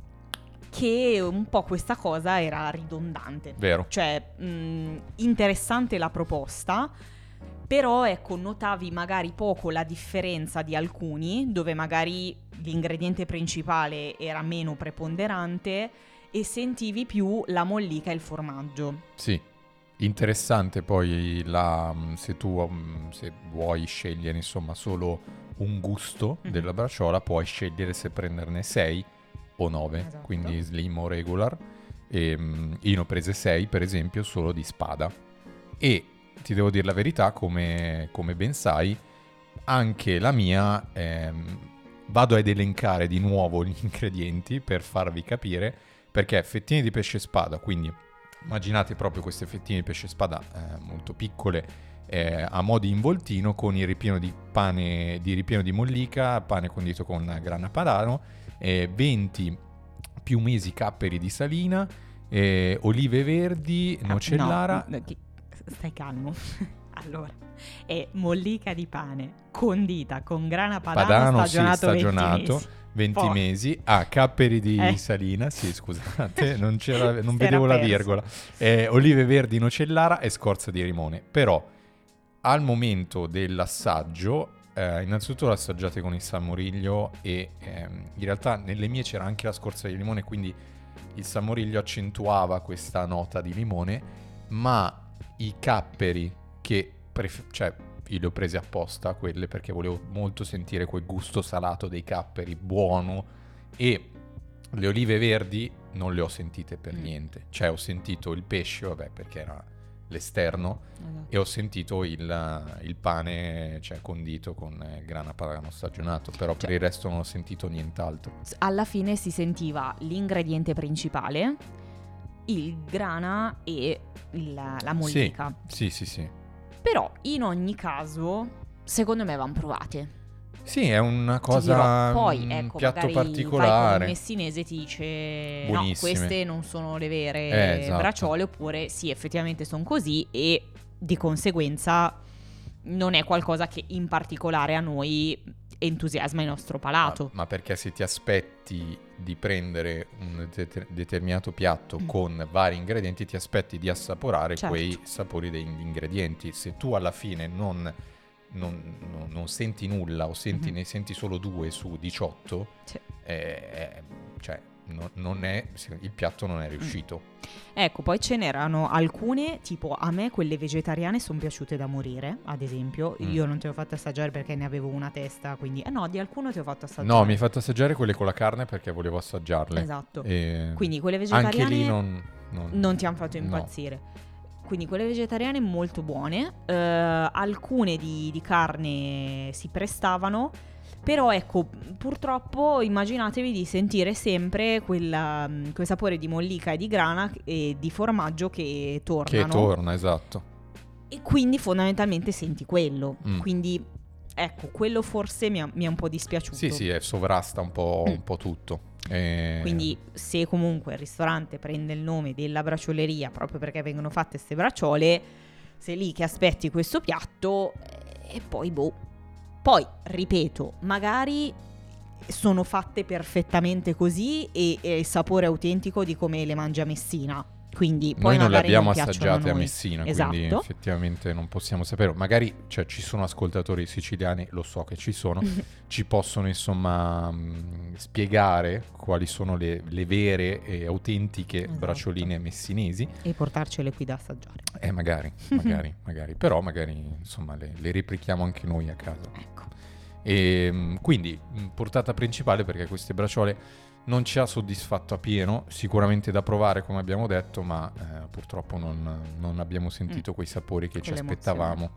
che un po' questa cosa era ridondante. Vero. Cioè, interessante la proposta, però ecco, notavi magari poco la differenza di alcuni, dove magari l'ingrediente principale era meno preponderante e sentivi più la mollica e il formaggio. Sì. Interessante poi se vuoi scegliere insomma solo un gusto della bracciola, puoi scegliere se prenderne 6 o 9, esatto. Quindi slim o regular. Io ne ho prese 6 per esempio solo di spada, e ti devo dire la verità, come ben sai, anche la mia, vado ad elencare di nuovo gli ingredienti per farvi capire, perché fettine di pesce spada, quindi immaginate proprio queste fettine di pesce spada molto piccole, a mo' di involtino, con il ripieno di mollica, pane condito con grana padano, 20 piumesi capperi di salina, olive verdi, nocellara. No, stai calmo. Allora, è mollica di pane condita con grana padano stagionato 20 mesi, capperi di salina, sì, scusate, non vedevo la virgola, olive verdi, nocellara e scorza di limone. Però al momento dell'assaggio, innanzitutto l'assaggiate con il salmoriglio, e in realtà nelle mie c'era anche la scorza di limone, quindi il salmoriglio accentuava questa nota di limone, ma i capperi che io le ho prese apposta quelle, perché volevo molto sentire quel gusto salato dei capperi buono, e le olive verdi non le ho sentite per niente. Cioè ho sentito il pesce, vabbè, perché era l'esterno, e ho sentito il pane, cioè condito con grana padano stagionato, però per il resto non ho sentito nient'altro. Alla fine si sentiva l'ingrediente principale, il grana e la mollica. Sì. Però in ogni caso, secondo me vanno provate. Sì, è una cosa, poi, ecco, piatto magari particolare. vai con il messinese, ti dice buonissime, no, queste non sono le vere esatto. bracciole, oppure sì, effettivamente sono così, e di conseguenza non è qualcosa che in particolare a noi entusiasma il nostro palato. Ma perché se ti aspetti di prendere un determinato piatto con vari ingredienti, ti aspetti di assaporare quei sapori degli ingredienti. Se tu alla fine non senti nulla, o ne senti solo 2 su 18, il piatto non è riuscito. Ecco, poi ce n'erano alcune, tipo a me quelle vegetariane sono piaciute da morire, ad esempio. Io non te le ho fatte assaggiare perché ne avevo una testa, quindi di alcuno ti ho fatto assaggiare. No, mi hai fatto assaggiare quelle con la carne perché volevo assaggiarle. Esatto. Quindi quelle vegetariane anche lì non ti hanno fatto impazzire. No. Quindi quelle vegetariane molto buone, alcune di carne si prestavano, però ecco, purtroppo immaginatevi di sentire sempre quel sapore di mollica e di grana e di formaggio che tornano. Che torna, esatto. E quindi fondamentalmente senti quello. Quindi ecco, quello forse mi è un po' dispiaciuto. Sì, sovrasta un po' tutto. Quindi se comunque il ristorante prende il nome della braccioleria proprio perché vengono fatte queste bracciole, sei lì che aspetti questo piatto e poi Poi, ripeto, magari sono fatte perfettamente così e il sapore autentico di come le mangia Messina. Quindi poi noi non le magari abbiamo piacciono assaggiate a noi. Messina, Esatto. quindi effettivamente non possiamo sapere. Magari ci sono ascoltatori siciliani, lo so che ci sono, ci possono insomma spiegare quali sono le vere e autentiche Esatto. bracioline messinesi. E portarcele qui da assaggiare. Magari. Però magari insomma le replichiamo anche noi a casa. Ecco. E quindi portata principale, perché queste braciole non ci ha soddisfatto a pieno, sicuramente da provare come abbiamo detto, ma purtroppo non abbiamo sentito quei sapori che ci aspettavamo,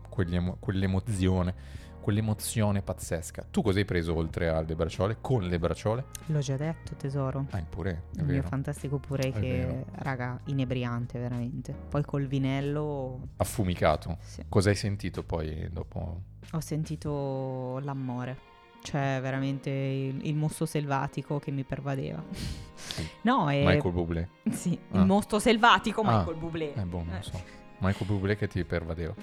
quell'emozione pazzesca. Tu cosa hai preso oltre alle braciole, con le braciole? L'ho già detto, tesoro. Il purè, è Il vero. mio fantastico purè È che, vero. raga, inebriante veramente. Poi col vinello, Affumicato. sì. Cosa hai sentito poi dopo? Ho sentito l'amore. Cioè veramente il mostro selvatico che mi pervadeva. Sì. No, è... Michael Bublé. Sì, Ah. il mostro selvatico Ah. Michael Bublé. Non so. Michael Bublé che ti pervadeva.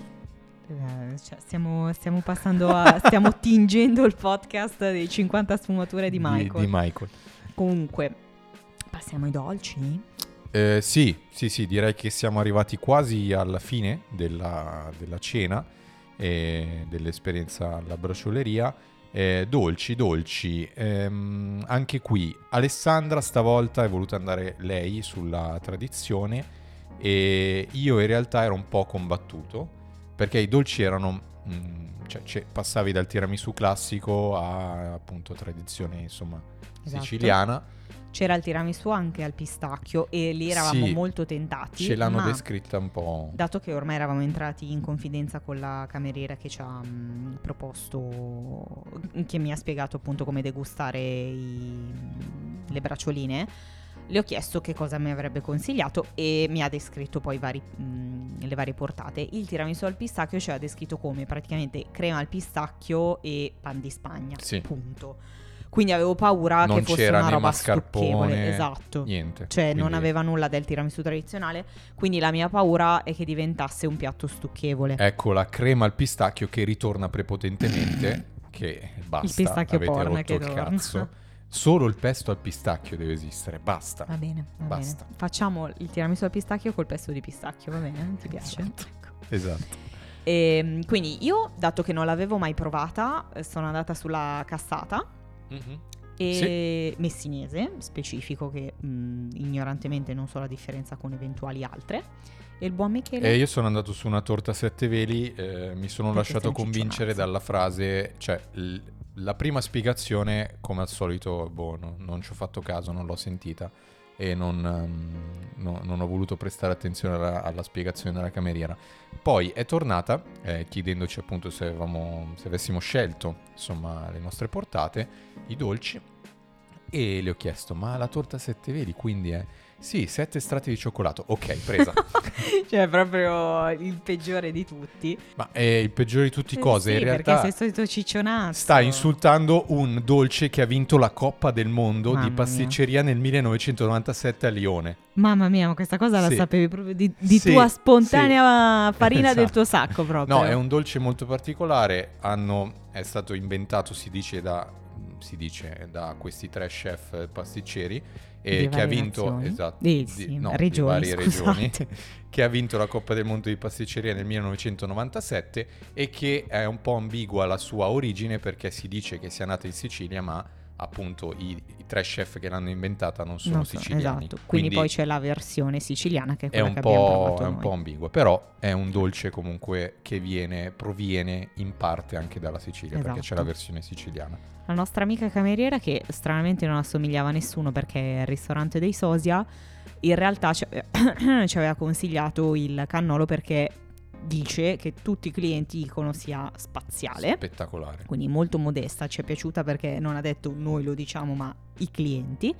Cioè, stiamo passando a... stiamo tingendo il podcast dei 50 sfumature di Michael. Di Michael. Comunque, passiamo ai dolci? Sì, direi che siamo arrivati quasi alla fine della cena e dell'esperienza alla bracioleria. Dolci. Anche qui Alessandra stavolta è voluta andare lei sulla tradizione e io in realtà ero un po' combattuto perché i dolci erano passavi dal tiramisù classico a appunto tradizione insomma Esatto. siciliana. C'era il tiramisù anche al pistacchio e lì eravamo Sì, molto tentati. ce l'hanno ma descritta un po'. dato che ormai eravamo entrati in confidenza con la cameriera che ci ha proposto, che mi ha spiegato appunto come degustare le braccioline, le ho chiesto che cosa mi avrebbe consigliato e mi ha descritto poi le varie portate. Il tiramisù al pistacchio ci ha descritto come praticamente crema al pistacchio e pan di Spagna, Sì. punto. Quindi avevo paura Non che fosse c'era una né roba mascarpone, stucchevole, esatto. Niente. Cioè non Quindi aveva nulla del tiramisù tradizionale, quindi la mia paura è che diventasse un piatto stucchevole. ecco la crema al pistacchio che ritorna prepotentemente, che basta, Il pistacchio avete porn rotto che il torna. cazzo. Solo il pesto al pistacchio deve esistere, basta. Va bene. Basta. Facciamo il tiramisù al pistacchio col pesto di pistacchio, va bene? Ti piace? Ecco. Esatto. Quindi io, dato che non l'avevo mai provata, sono andata sulla cassata e messinese, specifico, che ignorantemente non so la differenza con eventuali altre. E il buon Michele? Io sono andato su una torta a 7 veli, mi sono Perché lasciato sei un convincere ciccionazzo. dalla frase, cioè la prima spiegazione come al solito, non ci ho fatto caso, non l'ho sentita e non ho voluto prestare attenzione alla spiegazione della cameriera. Poi è tornata chiedendoci appunto se avessimo scelto insomma le nostre portate, i dolci, e le ho chiesto ma la torta a 7 veli quindi è... Sì, 7 strati di cioccolato. Ok, presa. Cioè proprio il peggiore di tutti. Ma è il peggiore di tutti cosa? Sì, In realtà perché sei solito ciccionazzo. sta insultando un dolce che ha vinto la Coppa del Mondo Mamma di mia. pasticceria nel 1997 a Lione. Mamma mia, ma questa cosa la Sì. sapevi proprio di Sì, tua spontanea sì. farina del Esatto. tuo sacco proprio. No, è un dolce molto particolare. È stato inventato, si dice, da questi 3 chef pasticceri Di che ha varie vinto nazioni? esatto, Sì, regioni, di varie regioni, scusate. che ha vinto la Coppa del Mondo di pasticceria nel 1997 e che è un po' ambigua la sua origine perché si dice che sia nata in Sicilia, ma appunto i 3 chef che l'hanno inventata non sono siciliani. Esatto. Quindi poi c'è la versione siciliana che è è quella un che abbiamo po', provato è un noi. po' ambigua, però è un dolce comunque che proviene in parte anche dalla Sicilia, perché c'è Esatto. la versione siciliana. La nostra amica cameriera, che stranamente non assomigliava a nessuno perché è il ristorante dei Sosia, in realtà ci aveva consigliato il cannolo perché dice che tutti i clienti dicono sia spaziale. Spettacolare. Quindi molto modesta, ci è piaciuta perché non ha detto noi lo diciamo ma i clienti,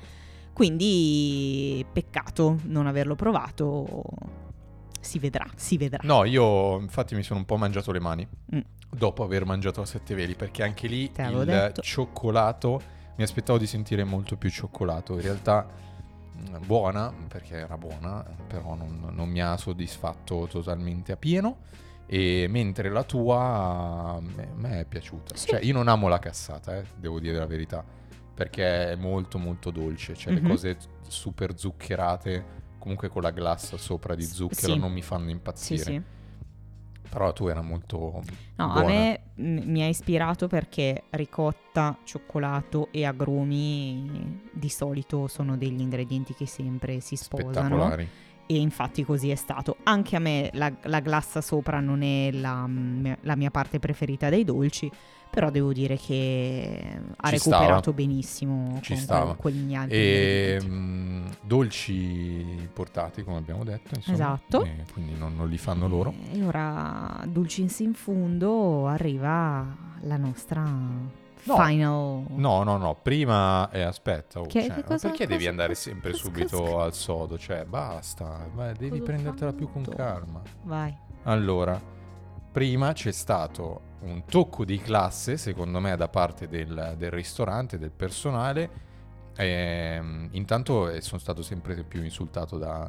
quindi peccato non averlo provato, si vedrà. No, io infatti mi sono un po' mangiato le mani Mm. dopo aver mangiato a 7 veli, perché anche lì Te l'avevo il detto. cioccolato, mi aspettavo di sentire molto più cioccolato, in realtà buona, perché era buona, però non mi ha soddisfatto totalmente a pieno. E mentre la tua a me è piaciuta. Sì. Cioè io non amo la cassata, devo dire la verità, perché è molto molto dolce, cioè Mhm. le cose super zuccherate comunque con la glassa sopra di zucchero sì. non mi fanno Sì, impazzire. sì. Però la tua era molto No, buona. a me mi ha ispirato perché ricotta, cioccolato e agrumi di solito sono degli ingredienti che sempre si sposano. Spettacolari. E infatti così è stato. Anche a me la glassa sopra non è la mia parte preferita dei dolci, però devo dire che ha Ci recuperato stava. benissimo Ci con stava. quegli altri E ingredienti. dolci portati, come abbiamo detto, insomma. Esatto. E quindi non li fanno loro. E ora, dulcis in fundo, arriva la nostra final... No, prima aspetta, Che ma cosa- perché devi cosa- andare cosa- sempre cosa- subito cosa- al sodo? Cioè, basta, devi cosa ho prendertela più con fatto? calma. Vai. Allora, prima c'è stato un tocco di classe, secondo me, da parte del ristorante, del personale. Intanto sono stato sempre più insultato da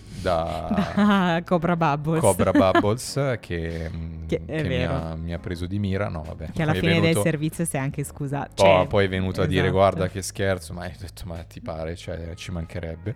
Cobra Bubbles. Cobra Bubbles che È vero. mi ha preso di mira. No, vabbè. Che alla poi è fine del venuto- servizio si è anche scusato. poi è venuto a dire esatto. guarda che scherzo, ma hai detto ma ti pare, cioè ci mancherebbe.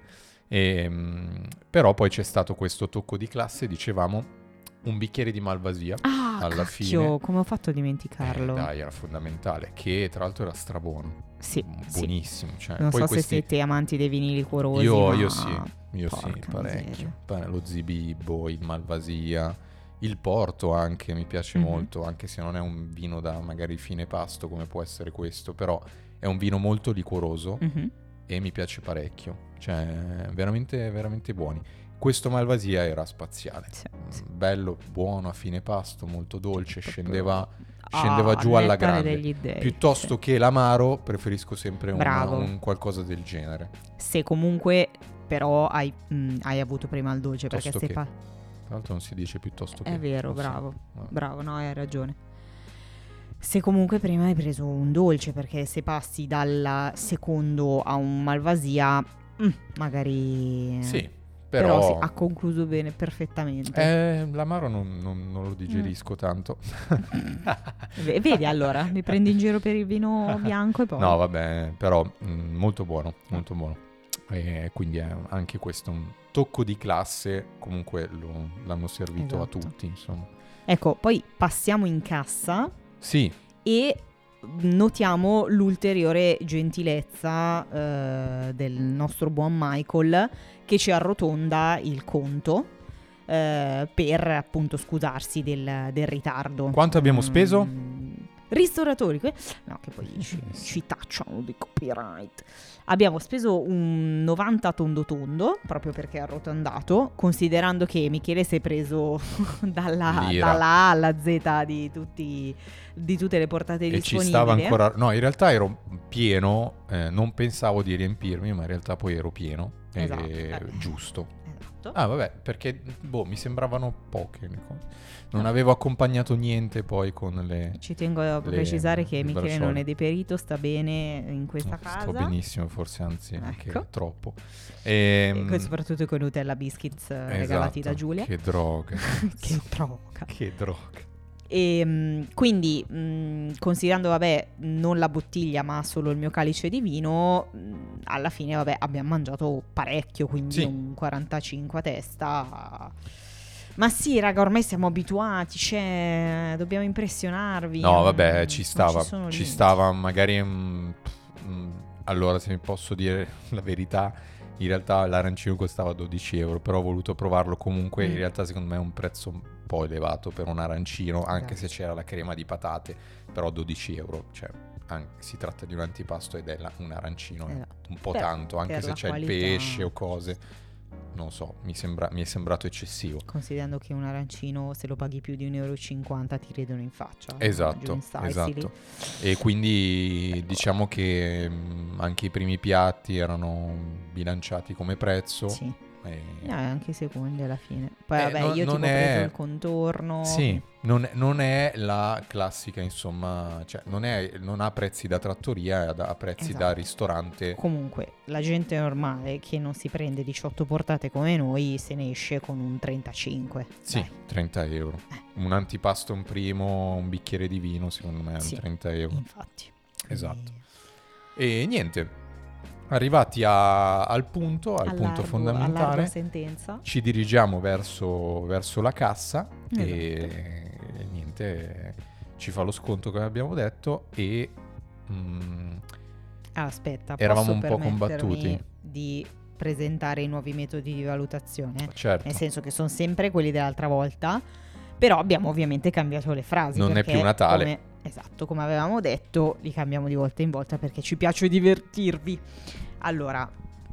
Però poi c'è stato questo tocco di classe, dicevamo, un bicchiere di Malvasia Ah, alla cacchio, fine. come ho fatto a dimenticarlo? Dai, era fondamentale, che tra l'altro era strabuono, Sì, sì. buonissimo. Cioè, Non poi so se questi... siete amanti dei vini liquorosi, Io ma... sì, porca parecchio. miseria. Lo Zibibbo, il Malvasia, il Porto anche mi piace Mhm. molto, anche se non è un vino da magari fine pasto come può essere questo, però è un vino molto liquoroso Mhm. e mi piace parecchio, cioè veramente, veramente buoni. Questo Malvasia era spaziale, Sì, sì. bello, buono a fine pasto, molto dolce, Proprio- scendeva giù alla nettare grande. degli dei, Piuttosto che l'amaro, preferisco sempre Bravo. un qualcosa del genere. Se comunque però hai avuto prima il dolce, perché Piuttosto se che. Tra l'altro non si dice piuttosto che. È vero, non so. bravo. No. Bravo, no, hai ragione. Se comunque prima hai preso un dolce, perché se passi dal secondo a un Malvasia, magari... Sì, Però però... sì, ha concluso bene, perfettamente. L'amaro non lo digerisco tanto. Vedi allora, mi prendi in giro per il vino bianco e poi... No, vabbè, però molto buono, molto buono. E quindi è anche questo un tocco di classe, comunque l'hanno servito Esatto. a tutti, insomma. Ecco, poi passiamo in cassa Sì, e notiamo l'ulteriore gentilezza del nostro buon Michael, che ci arrotonda il conto per appunto scusarsi del ritardo. Quanto abbiamo speso? Ristoratori, no, che poi ci tacciano di copyright. Abbiamo speso un 90 tondo tondo, proprio perché è arrotondato, considerando che Michele si è preso dalla A alla Z di tutte le portate e disponibili. ci stava ancora... No, in realtà ero pieno, non pensavo di riempirmi, ma in realtà poi ero pieno. Esatto. Giusto. Esatto. Ah, vabbè, perché mi sembravano poche le cose. Non avevo accompagnato niente poi con le... Ci tengo a precisare che le Michele bracciole. non è deperito, sta bene in questa casa. Sto benissimo, forse anzi anche Ecco. troppo. E soprattutto con i Nutella Biscuits regalati da Giulia. Che droga. Che droga. Che droga. E quindi, considerando, vabbè, non la bottiglia ma solo il mio calice di vino, alla fine, vabbè, abbiamo mangiato parecchio, quindi Sì. un 45 a testa. Ma sì, raga, ormai siamo abituati, cioè, dobbiamo impressionarvi. No, vabbè, ci Non stava. ci sono Ci limiti. stava magari... allora, se mi posso dire la verità, in realtà l'arancino costava 12 euro, però ho voluto provarlo comunque. In realtà secondo me è un prezzo un po' elevato per un arancino, anche se c'era la crema di patate, però 12 euro, cioè si tratta di un antipasto ed è un arancino, è Esatto. un po' Per- tanto, anche per se la c'è qualità. il pesce o cose. Non so, mi è sembrato eccessivo. Considerando che un arancino, se lo paghi più di 1,50 euro, ti ridono in faccia. Esatto, esatto. E quindi diciamo che anche i primi piatti erano bilanciati come prezzo. Sì. E... Anche i secondi alla fine. Poi vabbè, non- io ti ho non è- preso il contorno. Sì, non è la classica, insomma, cioè non ha prezzi da trattoria, ha prezzi Esatto. da ristorante. Comunque, la gente normale che non si prende 18 portate come noi se ne esce con un 35. Sì, Dai. 30 euro. Un antipasto, un primo, un bicchiere di vino, secondo me, è Sì, 30 euro. infatti. Esatto. E niente, arrivati al punto fondamentale, all'ardua sentenza. ci dirigiamo verso la cassa Esatto. e niente, ci fa lo sconto come abbiamo detto e Aspetta, eravamo posso un po' combattuti. permettermi di presentare i nuovi metodi di valutazione? certo, Nel senso che sono sempre quelli dell'altra volta, però abbiamo ovviamente cambiato le frasi. Non è perché più Natale. Come avevamo detto, li cambiamo di volta in volta perché ci piace divertirvi. Allora,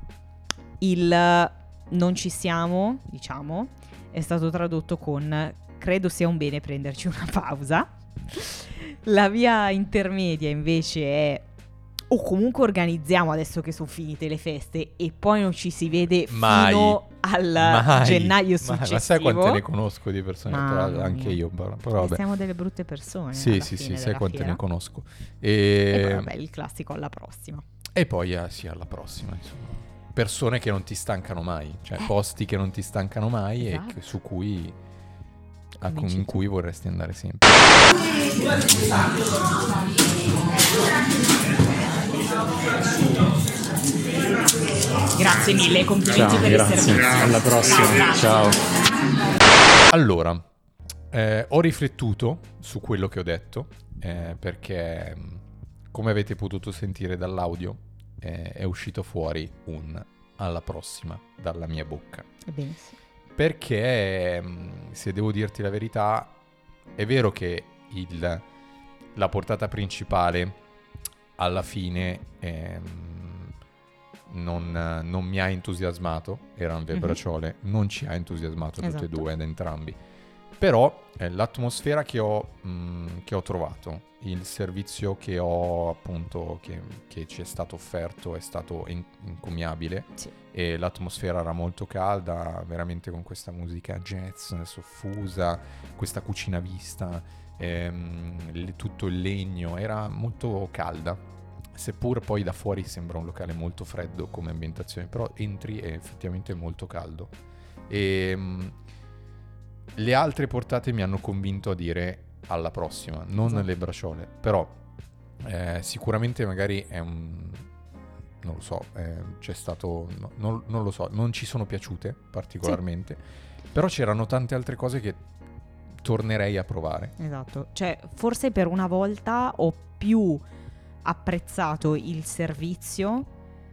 il non ci siamo, diciamo, è stato tradotto con credo sia un bene prenderci una pausa. La via intermedia invece è o comunque organizziamo adesso che sono finite le feste e poi non ci si vede Mai. fino al Mai. gennaio successivo. Ma sai quante ne conosco di persone? Mamma Anche mia. io, però vabbè. Siamo delle brutte persone. Sì, alla sì, fine sai della quante fiera. ne conosco. E poi vabbè, il classico alla prossima. E poi sì, alla prossima, insomma. Persone che non ti stancano mai, cioè posti che non ti stancano mai Esatto. e su cui Amici in tu. cui vorresti andare sempre. Grazie mille, complimenti per il servizio. Alla prossima. Ciao. Allora, ho riflettuto su quello che ho detto, perché come avete potuto sentire dall'audio, è uscito fuori un alla prossima dalla mia bocca. Ebbene sì. Perché, se devo dirti la verità, è vero che la portata principale alla fine non mi ha entusiasmato, erano le bracciole, non ci ha entusiasmato tutte e Esatto. due ed entrambi. Però l'atmosfera che ho trovato, il servizio che ho appunto che ci è stato offerto è stato incommiabile. Sì. E l'atmosfera era molto calda, veramente con questa musica jazz soffusa, questa cucina vista, tutto il legno, era molto calda, seppur poi da fuori sembra un locale molto freddo come ambientazione, però entri e effettivamente è molto caldo. E le altre portate mi hanno convinto a dire alla prossima, non Esatto. le bracciole, però sicuramente magari è non lo so, c'è stato, non lo so, non ci sono piaciute particolarmente, però c'erano tante altre cose che tornerei a provare. Esatto, cioè forse per una volta ho più apprezzato il servizio,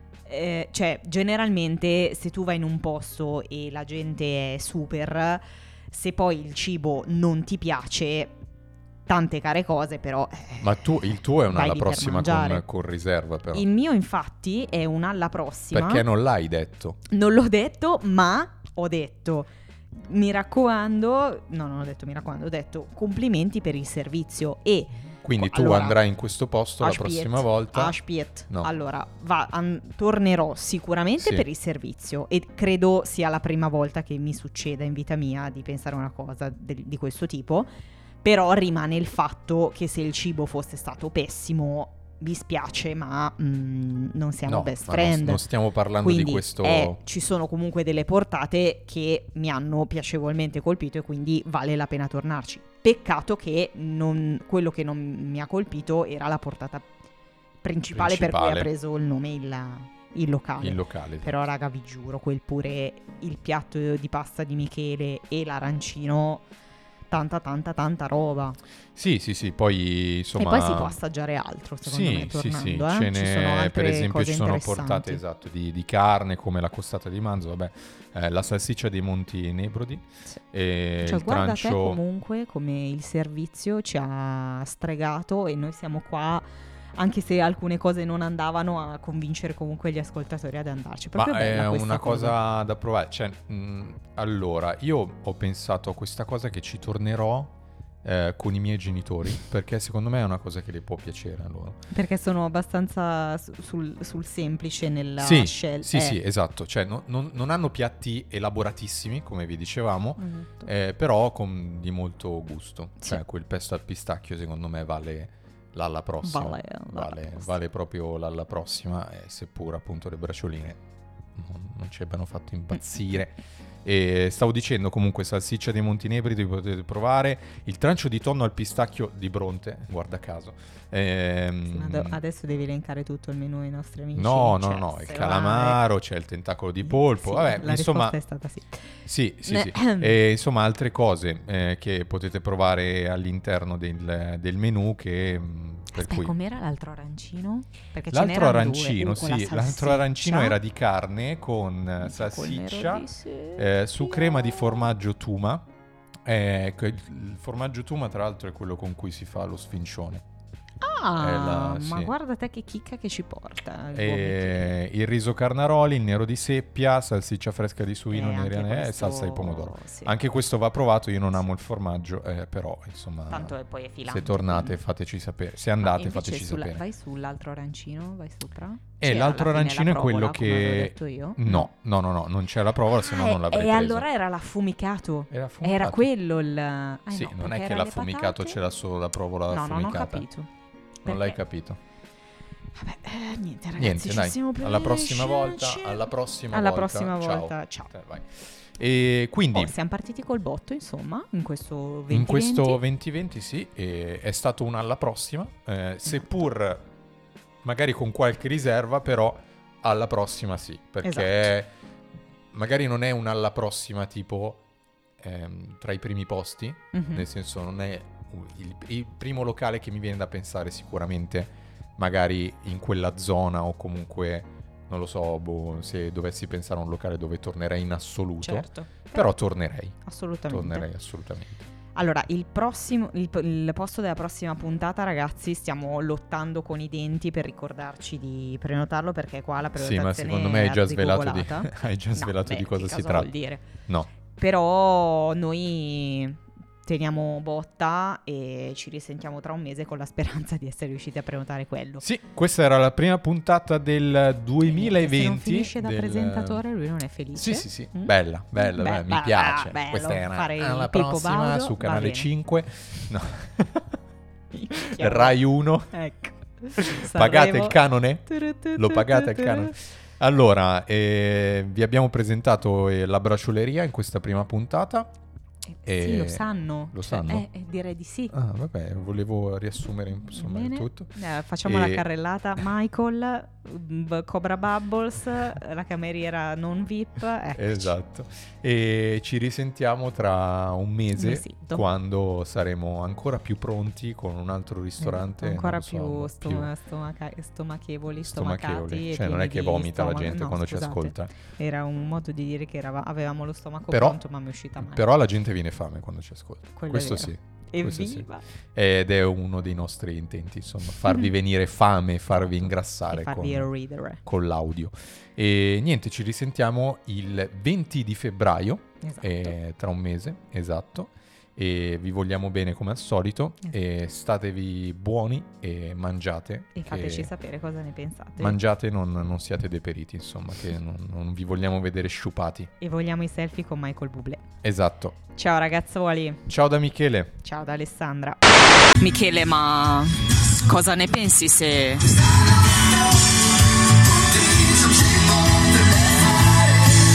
cioè generalmente se tu vai in un posto e la gente è super, se poi il cibo non ti piace, tante care cose, però Ma il tuo è una vai alla lì per prossima mangiare. con riserva, però. Il mio infatti è un alla prossima. Perché non l'hai detto? Non l'ho detto, ma ho detto mi raccomando, no, non ho detto mi raccomando, ho detto complimenti per il servizio e Quindi tu allora, andrai in questo posto la Aspiet, prossima volta. Aspiet. No. Allora, tornerò sicuramente Sì. per il servizio e credo sia la prima volta che mi succeda in vita mia di pensare una cosa di questo tipo, però rimane il fatto che se il cibo fosse stato pessimo, mi spiace, ma non siamo No, best ma friend. non stiamo parlando Quindi di questo. ci sono comunque delle portate che mi hanno piacevolmente colpito e quindi vale la pena tornarci. Peccato che quello che non mi ha colpito era la portata principale. Per cui ha preso il nome il locale. Il locale. Però raga, vi giuro, quel pure il piatto di pasta di Michele e l'arancino, tanta roba. Sì, poi insomma. E poi si può assaggiare altro, secondo me, tornando. Sì. Ci sono altre Per esempio cose ci sono interessanti. portate di carne come la costata di manzo, vabbè, la salsiccia dei Monti Nebrodi, Sì. e Cioè, il guarda te trancio. comunque come il servizio ci ha stregato e noi siamo qua, anche se alcune cose non andavano, a convincere comunque gli ascoltatori ad andarci. Proprio Ma bella è questa una cosa da provare. Cioè, allora, io ho pensato a questa cosa che ci tornerò con i miei genitori, perché secondo me è una cosa che le può piacere a loro. Perché sono abbastanza sul semplice nella Sì, scelta. sì, esatto. Cioè, non hanno piatti elaboratissimi, come vi dicevamo, Esatto. però di molto gusto. Sì. Cioè, quel pesto al pistacchio secondo me vale l'alla prossima. Vale proprio l'alla prossima, seppur appunto le braccioline non ci abbiano fatto impazzire. E stavo dicendo comunque salsiccia dei Montenebridi potete provare, il trancio di tonno al pistacchio di Bronte, guarda caso. Adesso devi elencare tutto il menù ai nostri amici. No, cioè, il calamaro, c'è il tentacolo di polpo, sì, vabbè, la insomma, risposta è stata sì. Sì. E, insomma, altre cose che potete provare all'interno del menù che per Aspetta, cui com'era l'altro arancino? Perché ce l'altro n'erano arancino, due. Con la sì, l'altro salsiccia, arancino era di carne con col salsiccia nero di seppia. su crema di formaggio tuma. Il formaggio tuma, tra l'altro, è quello con cui si fa lo sfincione. Ma sì. guarda te che chicca che ci porta. Il riso carnaroli, il nero di seppia, salsiccia fresca di suino e salsa di pomodoro. Sì. Anche questo va provato, io non amo il formaggio, però insomma, tanto poi è filante, se tornate quindi fateci sapere, se andate invece fateci sapere. Vai sull'altro arancino, vai sopra. L'altro alla fine arancino la è quello provola, come avevo che... detto io. No, non c'è la provola, se no non l'avrei E preso. allora era l'affumicato. Era affumicato. Era quello il... Sì, no, non è perché che era l'affumicato le patate. c'è la solo la provola No, affumicata. non ho capito. Non l'hai capito. Vabbè, niente ragazzi, Niente, ci dai, siamo alla prossima volta, ciao. Vai. E quindi siamo partiti col botto, insomma, in questo 2020. in questo 2020 sì, e è stato un alla prossima, seppur magari con qualche riserva, però alla prossima sì, perché magari non è un alla prossima tipo tra i primi posti, nel senso non è il primo locale che mi viene da pensare sicuramente magari in quella zona, o comunque non lo so, se dovessi pensare a un locale dove tornerei in assoluto, certo, però tornerei assolutamente. assolutamente. Allora, il posto della prossima puntata, ragazzi, stiamo lottando con i denti per ricordarci di prenotarlo, perché qua la prenotazione sì, ma secondo me hai già svelato di cosa che si cosa tratta. vuol dire? No. Però noi teniamo botta e ci risentiamo tra un mese con la speranza di essere riusciti a prenotare quello. Sì, questa era la prima puntata del 2020. Se non finisce da presentatore, lui non è felice. Sì. Bella, mi piace. Bello, questa era fare alla il Pippo prossima Baudo, su va Canale bene. 5. No. Rai 1. Ecco. Pagate il canone? Lo pagate il canone? Allora, vi abbiamo presentato la bracioleria in questa prima puntata. Sì, lo sanno. Lo sanno? Direi di sì. Ah, vabbè, volevo riassumere insomma il tutto. Facciamo la carrellata. Michael, Cobra Bubbles, la cameriera non VIP. Eccoci. Esatto. E ci risentiamo tra un mese, quando saremo ancora più pronti con un altro ristorante. Ancora più stomachevoli. Cioè non è che vomita la gente quando ci ascolta. Era un modo di dire che avevamo lo stomaco pronto, ma mi è uscita male. Però la gente viene fame quando ci ascolta. Questo sì. Evviva! Sì. Ed è uno dei nostri intenti, insomma, farvi venire fame, farvi ingrassare, farvi ridere con l'audio. E niente, ci risentiamo il 20 di febbraio, tra un mese, esatto. E vi vogliamo bene come al solito, e statevi buoni e mangiate. E fateci sapere cosa ne pensate. Mangiate, non siate deperiti, insomma, che non vi vogliamo vedere sciupati. E vogliamo i selfie con Michael Bublé. Esatto. Ciao ragazzuoli. Ciao da Michele. Ciao da Alessandra. Michele, ma cosa ne pensi se